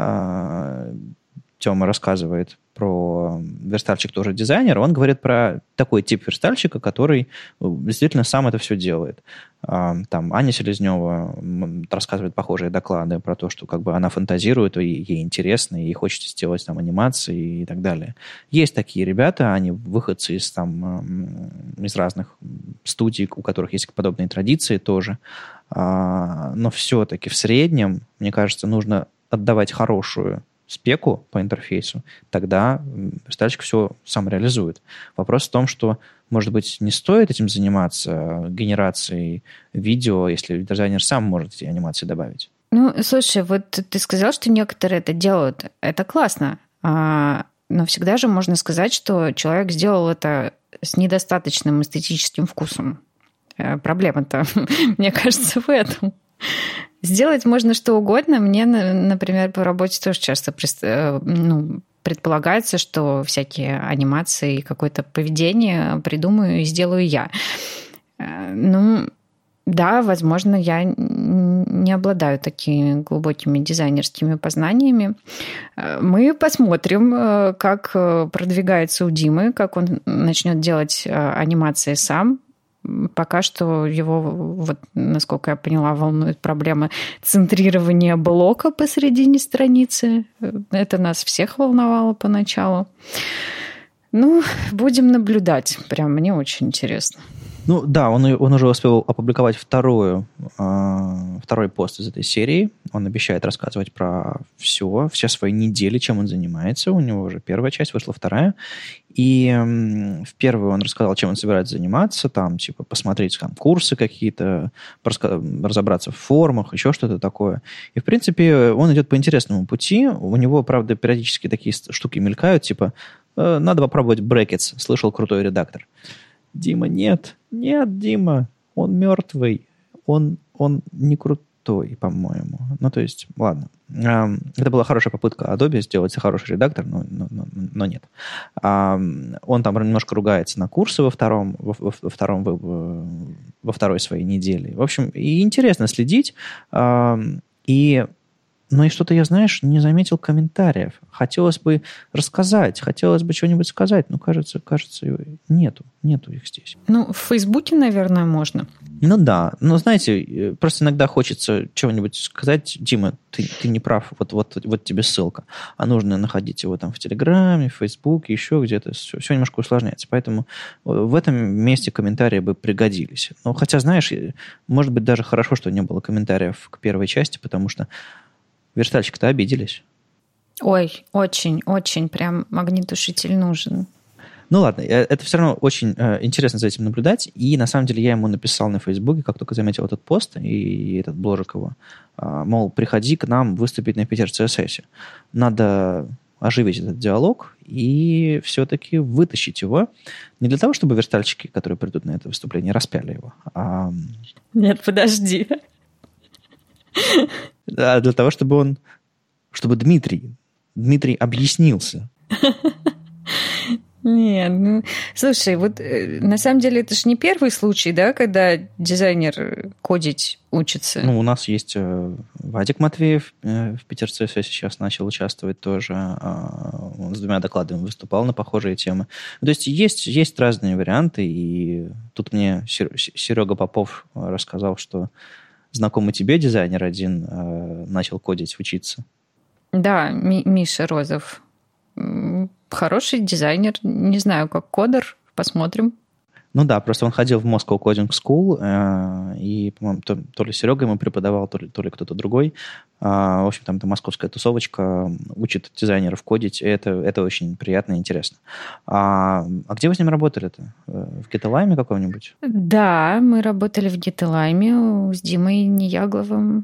Тёма рассказывает про верстальщик тоже дизайнер, он говорит про такой тип верстальщика, который действительно сам это все делает. Там Аня Селезнева рассказывает похожие доклады про то, что как бы она фантазирует, и ей интересно, и ей хочется сделать там анимации и так далее. Есть такие ребята, они выходцы из разных студий, у которых есть подобные традиции тоже. но все-таки в среднем, мне кажется, нужно отдавать хорошую спеку по интерфейсу, тогда верстальщик все сам реализует. Вопрос в том, что, может быть, не стоит этим заниматься, генерацией видео, если дизайнер сам может эти анимации добавить.
Ну, слушай, вот ты сказал, что некоторые это делают. Это классно. Но всегда же можно сказать, что человек сделал это с недостаточным эстетическим вкусом. Проблема-то, мне кажется, в этом. Сделать можно что угодно. Мне, например, по работе тоже часто предполагается, что всякие анимации и какое-то поведение придумаю и сделаю я. Ну, да, возможно, я не обладаю такими глубокими дизайнерскими познаниями. Мы посмотрим, как продвигается у Димы, как он начнет делать анимации сам. Пока что его, вот, насколько я поняла, волнует проблема центрирования блока посредине страницы. Это нас всех волновало поначалу. Ну, будем наблюдать. Прям мне очень интересно.
Ну да, он уже успел опубликовать второй пост из этой серии. Он обещает рассказывать про все свои недели, чем он занимается. У него уже первая часть, вышла вторая. И в первую он рассказал, чем он собирается заниматься, там, типа, посмотреть там, курсы какие-то, разобраться в формах, еще что-то такое. И, в принципе, он идет по интересному пути. У него, правда, периодически такие штуки мелькают, типа, надо попробовать Brackets, слышал, крутой редактор. Дима, нет, Дима, он мертвый, он не крутой, по-моему. Ну, то есть, ладно. Это была хорошая попытка Adobe сделать хороший редактор, но нет. Он там немножко ругается на курсы во второй своей неделе. В общем, и интересно следить. Но и что-то я, знаешь, не заметил комментариев. Хотелось бы рассказать, хотелось бы что-нибудь сказать, но, кажется, нету их здесь.
Ну, в Фейсбуке, наверное, можно.
Ну да, но, знаете, просто иногда хочется чего-нибудь сказать. Дима, ты не прав, вот тебе ссылка. А нужно находить его там в Телеграме, в Фейсбуке, еще где-то. Все немножко усложняется. Поэтому в этом месте комментарии бы пригодились. Но хотя, знаешь, может быть, даже хорошо, что не было комментариев к первой части, потому что верстальщики-то обиделись.
Ой, очень прям огнетушитель нужен.
Ну ладно, это все равно очень интересно за этим наблюдать. И на самом деле я ему написал на Фейсбуке, как только заметил этот пост и этот бложик его, мол, приходи к нам выступить на Питер CSS. Надо оживить этот диалог и все-таки вытащить его. Не для того, чтобы верстальщики, которые придут на это выступление, распяли его.
Нет, подожди.
Да, для того, чтобы Дмитрий объяснился.
Нет, ну, слушай, вот на самом деле это же не первый случай, да, когда дизайнер кодить учится.
Ну, у нас есть Вадик Матвеев в Питер CSS сейчас начал участвовать тоже. Он с 2 докладами выступал на похожие темы. То есть есть разные варианты, и тут мне Серега Попов рассказал, что знакомый тебе дизайнер один начал кодить, учиться. Да,
Миша Розов. Хороший дизайнер. Не знаю, как кодер. Посмотрим.
Ну да, просто он ходил в Moscow Coding School, и, по-моему, то ли Серега ему преподавал, то ли кто-то другой. В общем, там московская тусовочка учит дизайнеров кодить, и это очень приятно и интересно. А где вы с ним работали-то? В GitLime каком-нибудь?
Да, мы работали в GitLime с Димой Неягловым.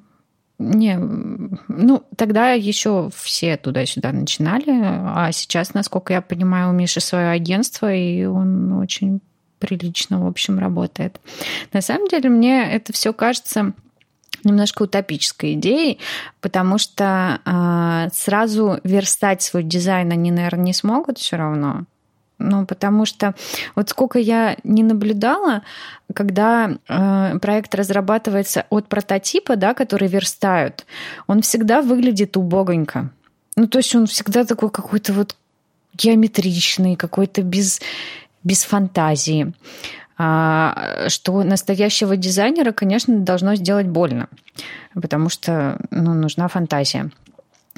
Тогда еще все туда-сюда начинали, а сейчас, насколько я понимаю, у Миши свое агентство, и он очень прилично, в общем, работает. На самом деле, мне это все кажется немножко утопической идеей, потому что сразу верстать свой дизайн они, наверное, не смогут все равно. Потому что вот сколько я не наблюдала, когда проект разрабатывается от прототипа, да, который верстают, он всегда выглядит убогонько. То есть он всегда такой какой-то вот геометричный, какой-то без фантазии. Что настоящего дизайнера, конечно, должно сделать больно, потому что нужна фантазия.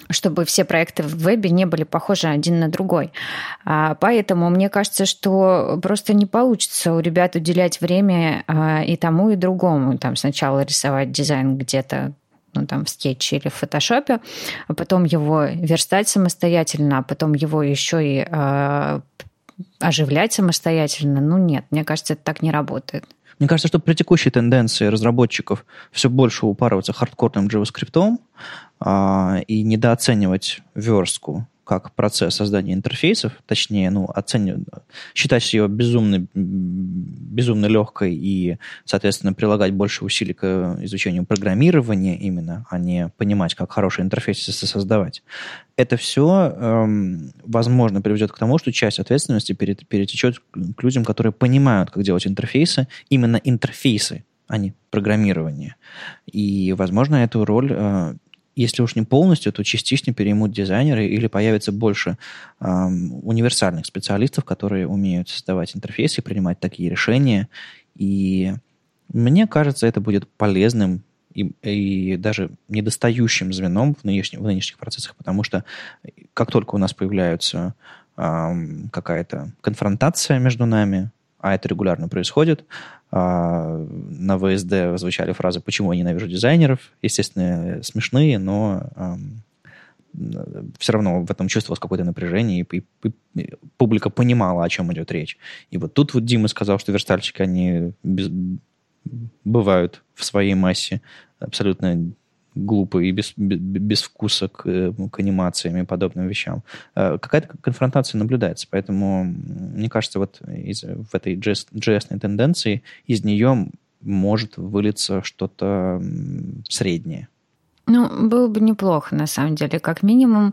чтобы все проекты в вебе не были похожи один на другой. Поэтому мне кажется, что просто не получится у ребят уделять время и тому, и другому. Там сначала рисовать дизайн где-то в скетче или в фотошопе, а потом его верстать самостоятельно, а потом его еще и оживлять самостоятельно. Нет, мне кажется, это так не работает.
Мне кажется, что при текущей тенденции разработчиков все больше упарываться хардкорным JavaScript и недооценивать верстку как процесс создания интерфейсов, точнее, считать ее безумно легкой и, соответственно, прилагать больше усилий к изучению программирования именно, а не понимать, как хорошие интерфейсы создавать. Это все, возможно, приведет к тому, что часть ответственности перетечет к людям, которые понимают, как делать интерфейсы, именно интерфейсы, а не программирование. И, возможно, эту роль, если уж не полностью, то частично переймут дизайнеры или появится больше универсальных специалистов, которые умеют создавать интерфейсы, принимать такие решения. И мне кажется, это будет полезным и даже недостающим звеном в нынешних процессах, потому что как только у нас появляется какая-то конфронтация между нами, а это регулярно происходит, на ВСД звучали фразы «почему я ненавижу дизайнеров?», естественно, смешные, но все равно в этом чувствовалось какое-то напряжение, и публика понимала, о чем идет речь. И вот тут вот Дима сказал, что верстальщики, они бывают в своей массе абсолютно глупые и без вкуса к анимациям и подобным вещам. Какая-то конфронтация наблюдается, поэтому, мне кажется, вот в этой JS-ной тенденции из нее может вылиться что-то среднее.
Было бы неплохо, на самом деле. Как минимум,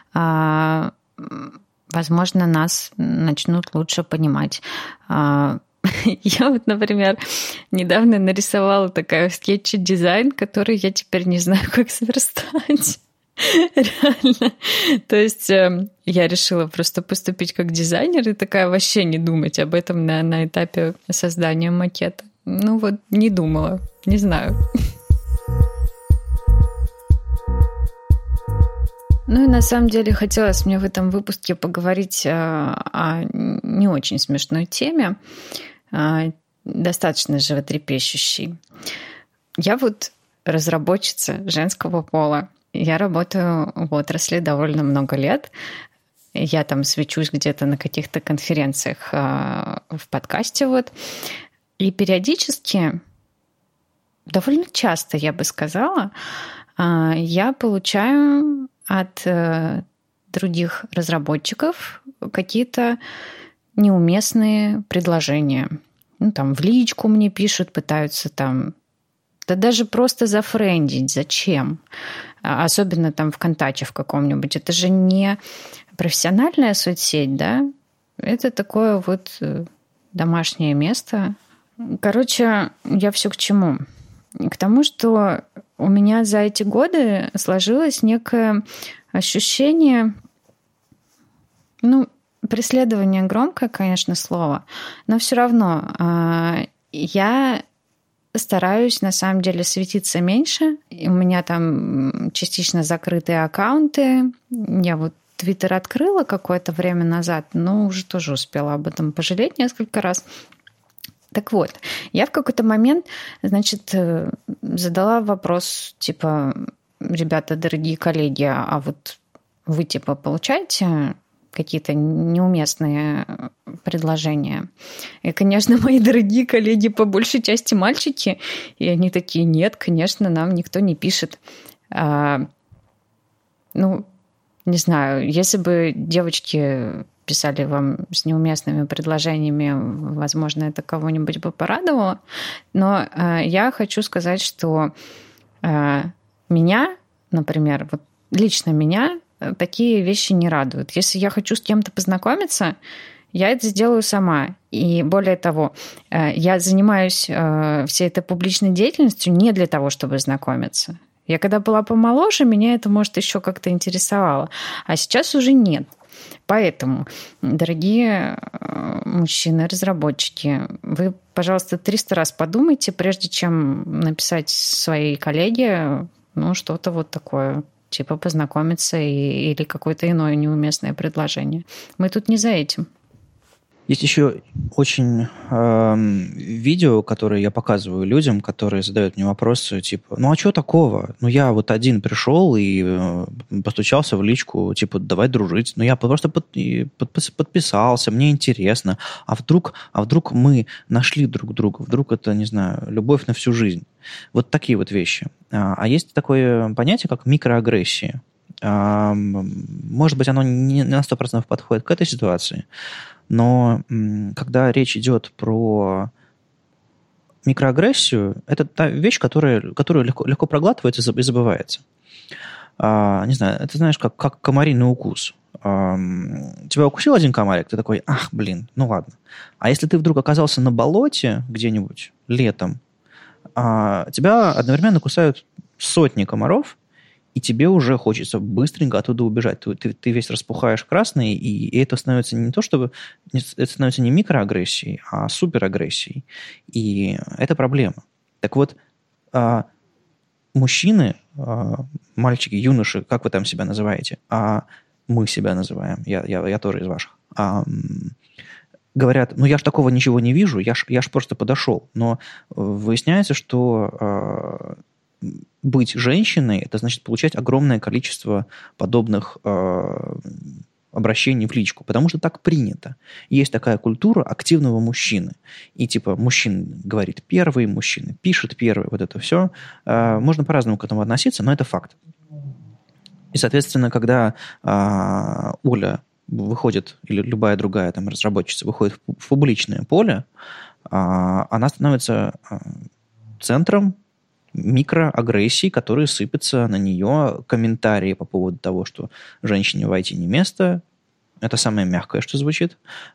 возможно, нас начнут лучше понимать. Я вот, например, недавно нарисовала такой в скетче дизайн, который я теперь не знаю, как сверстать. Реально. То есть я решила просто поступить как дизайнер и такая вообще не думать об этом на этапе создания макета. Не думала, не знаю. И на самом деле хотелось мне в этом выпуске поговорить о не очень смешной теме, достаточно животрепещущей. Я вот разработчица женского пола. Я работаю в отрасли довольно много лет. Я там свечусь где-то на каких-то конференциях в подкасте. И периодически, довольно часто, я бы сказала, я получаю от других разработчиков какие-то неуместные предложения. В личку мне пишут, пытаются да даже просто зафрендить. Зачем? Особенно ВКонтаче в каком-нибудь. Это же не профессиональная соцсеть, да? Это такое домашнее место. Короче, я все к чему? К тому, что у меня за эти годы сложилось некое ощущение, преследование громкое, конечно, слово, но все равно я стараюсь, на самом деле, светиться меньше. У меня там частично закрытые аккаунты. Я Твиттер открыла какое-то время назад, но уже тоже успела об этом пожалеть несколько раз. Так вот, я в какой-то момент, задала вопрос, ребята, дорогие коллеги, а вы, получаете какие-то неуместные предложения? И, конечно, мои дорогие коллеги по большей части мальчики, и они такие: нет, конечно, нам никто не пишет. Не знаю, если бы девочки писали вам с неуместными предложениями, возможно, это кого-нибудь бы порадовало. Но я хочу сказать, что меня, например, лично меня такие вещи не радуют. Если я хочу с кем-то познакомиться, я это сделаю сама. И более того, я занимаюсь всей этой публичной деятельностью не для того, чтобы знакомиться. Я когда была помоложе, меня это, может, еще как-то интересовало. А сейчас уже нет. Поэтому, дорогие мужчины-разработчики, вы, пожалуйста, 300 раз подумайте, прежде чем написать своей коллеге, что-то такое типа познакомиться или какое-то иное неуместное предложение. Мы тут не за этим.
Есть еще очень видео, которые я показываю людям, которые задают мне вопросы, типа, ну а что такого? Ну я вот один пришел и постучался в личку, типа, давай дружить. Ну я просто подписался, мне интересно. А вдруг мы нашли друг друга? Вдруг это, не знаю, любовь на всю жизнь? Вот такие вот вещи. А есть такое понятие, как микроагрессия. Может быть, оно не на 100% подходит к этой ситуации, но когда речь идет про микроагрессию, это та вещь, которая легко проглатывается и забывается. Не знаю, это знаешь, как комариный укус. Тебя укусил один комарик, ты такой, ах, блин, ну ладно. А если ты вдруг оказался на болоте где-нибудь летом, тебя одновременно кусают сотни комаров, и тебе уже хочется быстренько оттуда убежать. Ты весь распухаешь красный, и это становится не то, чтобы... Это становится не микроагрессией, а суперагрессией. И это проблема. Так вот, мужчины, мальчики, юноши, как вы там себя называете? Мы себя называем, я тоже из ваших. Говорят, ну я ж такого ничего не вижу, я ж просто подошел. Но выясняется, что... быть женщиной, это значит получать огромное количество подобных обращений в личку, потому что так принято. Есть такая культура активного мужчины. И типа мужчина говорит первый, мужчина пишет первый, вот это все. Можно по-разному к этому относиться, но это факт. И, соответственно, когда Оля выходит, или любая другая там разработчица выходит в публичное поле, она становится центром микроагрессий, которые сыпятся на нее, комментарии по поводу того, что женщине в IT не место, это самое мягкое, что звучит,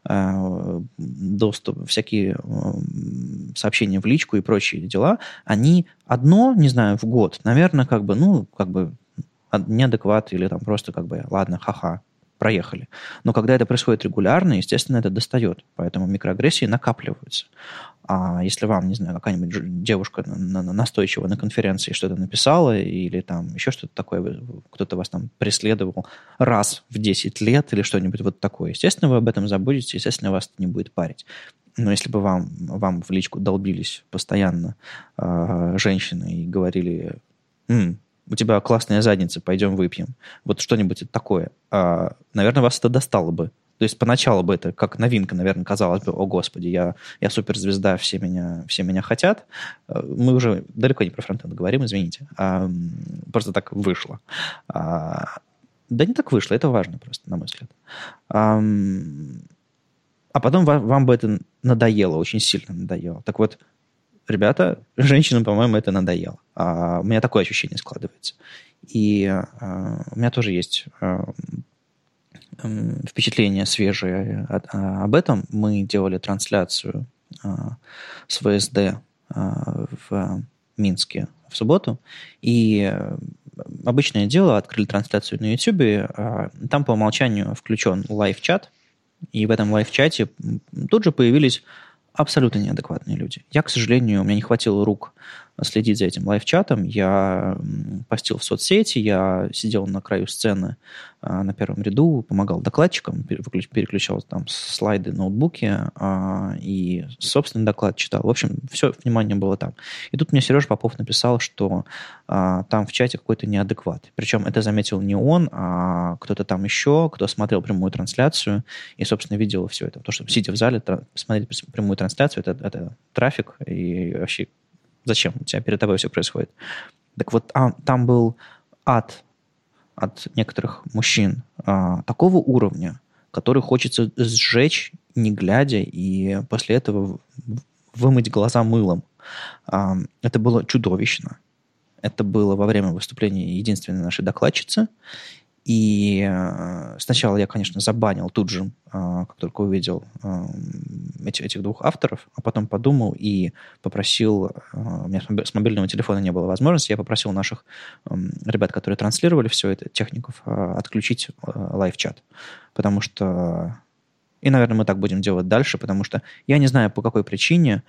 доступ, всякие сообщения в личку и прочие дела, они одно, не знаю, в год, наверное, неадекват или там просто ладно, ха-ха, проехали. Но когда это происходит регулярно, естественно, это достает. Поэтому микроагрессии накапливаются. А если вам, не знаю, какая-нибудь девушка настойчиво на конференции что-то написала или там еще что-то такое, кто-то вас там преследовал раз в 10 лет или что-нибудь вот такое, естественно, вы об этом забудете, естественно, вас это не будет парить. Но если бы вам в личку долбились постоянно женщины и говорили... у тебя классная задница, пойдем выпьем. Вот что-нибудь такое. Наверное, вас это достало бы. То есть поначалу бы это как новинка, наверное, казалось бы, о господи, я суперзвезда, все меня хотят. Мы уже далеко не про фронтенд говорим, извините. Просто так вышло. Да не так вышло, это важно просто, на мой взгляд. А потом вам бы это надоело, очень сильно надоело. Так вот, ребята, женщинам, по-моему, это надоело. У меня такое ощущение складывается. И у меня тоже есть впечатления свежие об этом. Мы делали трансляцию с ВСД в Минске в субботу. И обычное дело, открыли трансляцию на YouTube. Там по умолчанию включен лайв-чат. И в этом лайв-чате тут же появились абсолютно неадекватные люди. Я, к сожалению, у меня не хватило рук следить за этим лайв-чатом. Я постил в соцсети, я сидел на краю сцены на первом ряду, помогал докладчикам, переключал там слайды, ноутбуки и собственный доклад читал. В общем, все внимание было там. И тут мне Сережа Попов написал, что там в чате какой-то неадекват. Причем это заметил не он, а кто-то там еще, кто смотрел прямую трансляцию и, собственно, видел все это. Потому что, сидя в зале, смотреть прямую трансляцию, это трафик и вообще зачем? У тебя перед тобой все происходит. Так вот, там был ад от некоторых мужчин такого уровня, который хочется сжечь, не глядя, и после этого вымыть глаза мылом. Это было чудовищно. Это было во время выступления единственной нашей докладчицы. И сначала я, конечно, забанил тут же, как только увидел этих двух авторов, а потом подумал и попросил, у меня с мобильного телефона не было возможности, я попросил наших ребят, которые транслировали все это, техников, отключить лайв-чат. Потому что... И, наверное, мы так будем делать дальше, потому что я не знаю, по какой причине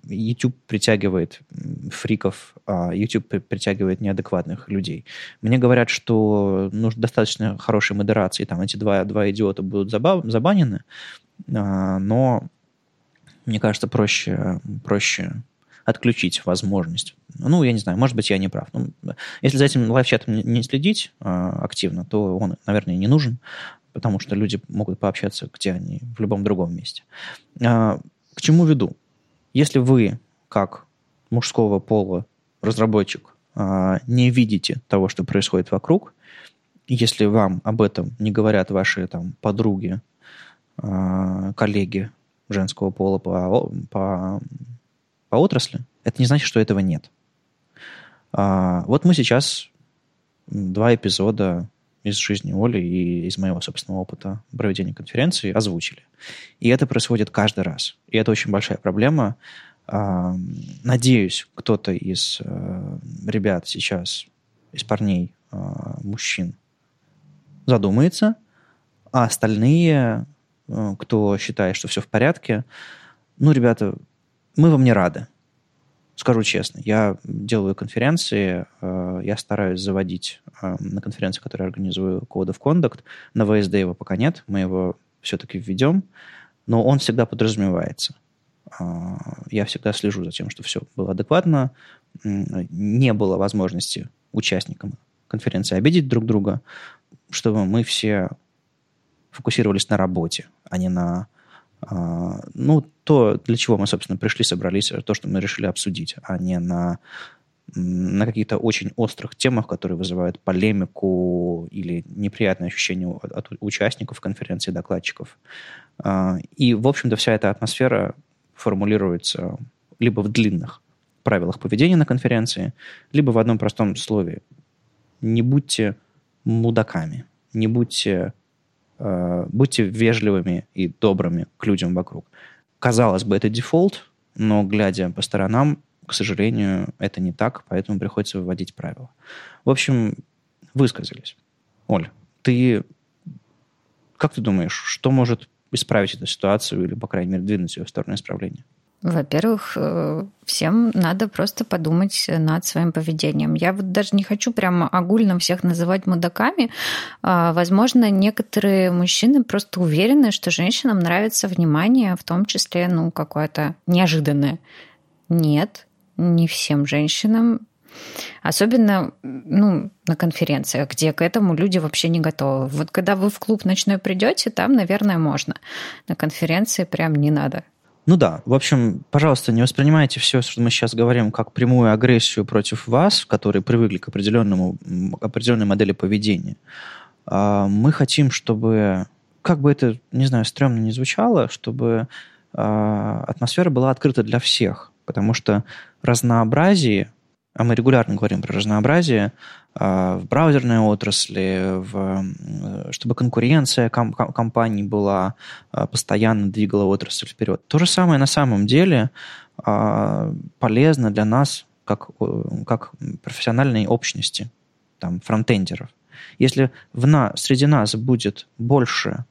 YouTube притягивает фриков, YouTube притягивает неадекватных людей. Мне говорят, что нужно достаточно хорошей модерации, там эти два идиота будут забанены, но мне кажется, проще отключить возможность. Ну, я не знаю, может быть, я не прав. Ну, если за этим лайв-чатом не следить активно, то он, наверное, не нужен, потому что люди могут пообщаться, где они, в любом другом месте. К чему веду? Если вы, как мужского пола разработчик, не видите того, что происходит вокруг, если вам об этом не говорят ваши там, подруги, коллеги женского пола по отрасли, это не значит, что этого нет. Вот мы сейчас 2 эпизода из жизни Оли и из моего собственного опыта проведения конференции озвучили. И это происходит каждый раз. И это очень большая проблема. Надеюсь, кто-то из ребят сейчас, из парней, мужчин, задумается, а остальные, кто считает, что все в порядке, ну, ребята, мы вам не рады. Скажу честно, я делаю конференции, я стараюсь заводить на конференции, которые организую, Code of Conduct. На ВСД его пока нет, мы его все-таки введем, но он всегда подразумевается. Я всегда слежу за тем, что все было адекватно, не было возможности участникам конференции обидеть друг друга, чтобы мы все фокусировались на работе, а не на то, для чего мы, собственно, пришли, собрались, то, что мы решили обсудить, а не на каких-то очень острых темах, которые вызывают полемику или неприятное ощущение от участников конференции, докладчиков. И, в общем-то, вся эта атмосфера формулируется либо в длинных правилах поведения на конференции, либо в одном простом слове. Не будьте мудаками, будьте вежливыми и добрыми к людям вокруг. Казалось бы, это дефолт, но, глядя по сторонам, к сожалению, это не так, поэтому приходится выводить правила. В общем, высказались. Оль, как ты думаешь, что может исправить эту ситуацию или, по крайней мере, двинуть ее в сторону исправления?
Во-первых, всем надо просто подумать над своим поведением. Я вот даже не хочу прямо огульно всех называть мудаками. Возможно, некоторые мужчины просто уверены, что женщинам нравится внимание, в том числе, какое-то неожиданное. Нет, не всем женщинам. Особенно на конференциях, где к этому люди вообще не готовы. Вот когда вы в клуб ночной придете, там, наверное, можно. На конференции прям не надо.
Ну да, в общем, пожалуйста, не воспринимайте все, что мы сейчас говорим, как прямую агрессию против вас, которые привыкли к определенной модели поведения. Мы хотим, чтобы, как бы это, не знаю, стрёмно не звучало, чтобы атмосфера была открыта для всех, потому что разнообразие, а мы регулярно говорим про разнообразие, в браузерной отрасли, чтобы конкуренция компаний была, постоянно двигала отрасль вперед. То же самое на самом деле полезно для нас, как профессиональной общности, там, фронтендеров. Если среди нас будет более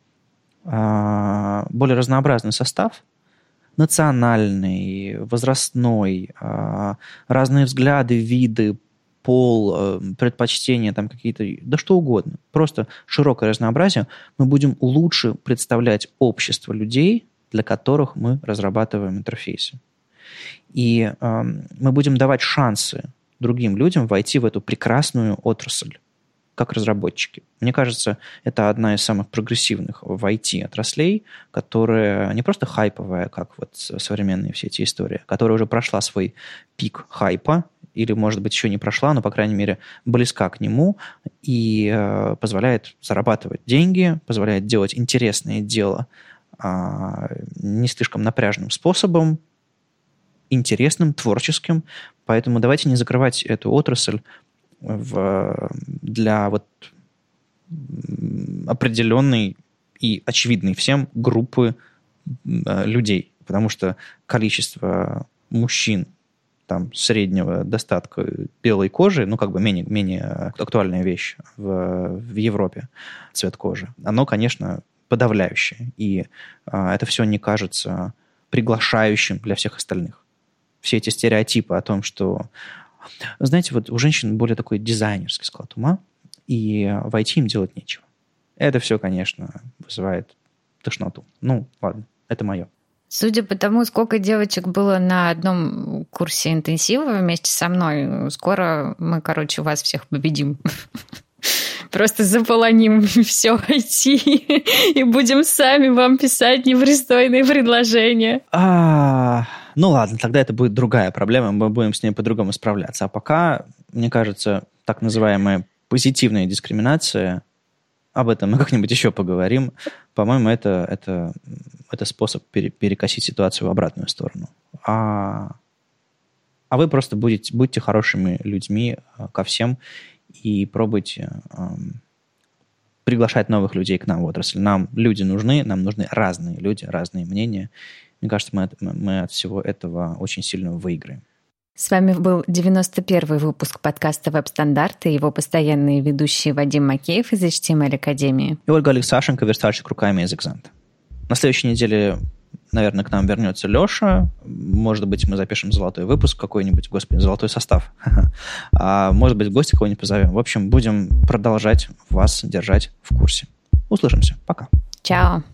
разнообразный состав, национальный, возрастной, разные взгляды, виды, пол, предпочтения, там какие-то, да что угодно. Просто широкое разнообразие. Мы будем лучше представлять общество людей, для которых мы разрабатываем интерфейсы. И мы будем давать шансы другим людям войти в эту прекрасную отрасль, как разработчики. Мне кажется, это одна из самых прогрессивных в IT отраслей, которая не просто хайповая, как вот современные все эти истории, которая уже прошла свой пик хайпа, или, может быть, еще не прошла, но, по крайней мере, близка к нему и позволяет зарабатывать деньги, позволяет делать интересное дело не слишком напряжным способом, интересным, творческим. Поэтому давайте не закрывать эту отрасль для вот определенной и очевидной всем группы людей, потому что количество мужчин там, среднего достатка белой кожи, менее актуальная вещь в Европе, цвет кожи, оно, конечно, подавляющее. И это все не кажется приглашающим для всех остальных. все эти стереотипы о том, что... Знаете, вот у женщин более такой дизайнерский склад ума, и в IT им делать нечего. Это все, конечно, вызывает тошноту. Ну, ладно, это мое.
Судя по тому, сколько девочек было на одном курсе интенсива вместе со мной, скоро мы, вас всех победим. Просто заполоним все IT и будем сами вам писать непристойные предложения.
Ну ладно, тогда это будет другая проблема, мы будем с ней по-другому справляться. А пока, мне кажется, так называемая позитивная дискриминация, об этом мы как-нибудь еще поговорим. По-моему, это способ перекосить ситуацию в обратную сторону. А вы просто будьте хорошими людьми ко всем и пробуйте приглашать новых людей к нам в отрасль. Нам люди нужны, нам нужны разные люди, разные мнения. Мне кажется, мы от всего этого очень сильно выиграем.
С вами был 91-й выпуск подкаста «Веб-стандарты» и его постоянные ведущие Вадим Макеев из HTML Академии.
И Ольга Алексашенко, верстальщик руками из Exant. На следующей неделе, наверное, к нам вернется Леша. Может быть, мы запишем золотой выпуск какой-нибудь. Господи, золотой состав. А может быть, гостя кого-нибудь позовем. В общем, будем продолжать вас держать в курсе. Услышимся. Пока.
Чао.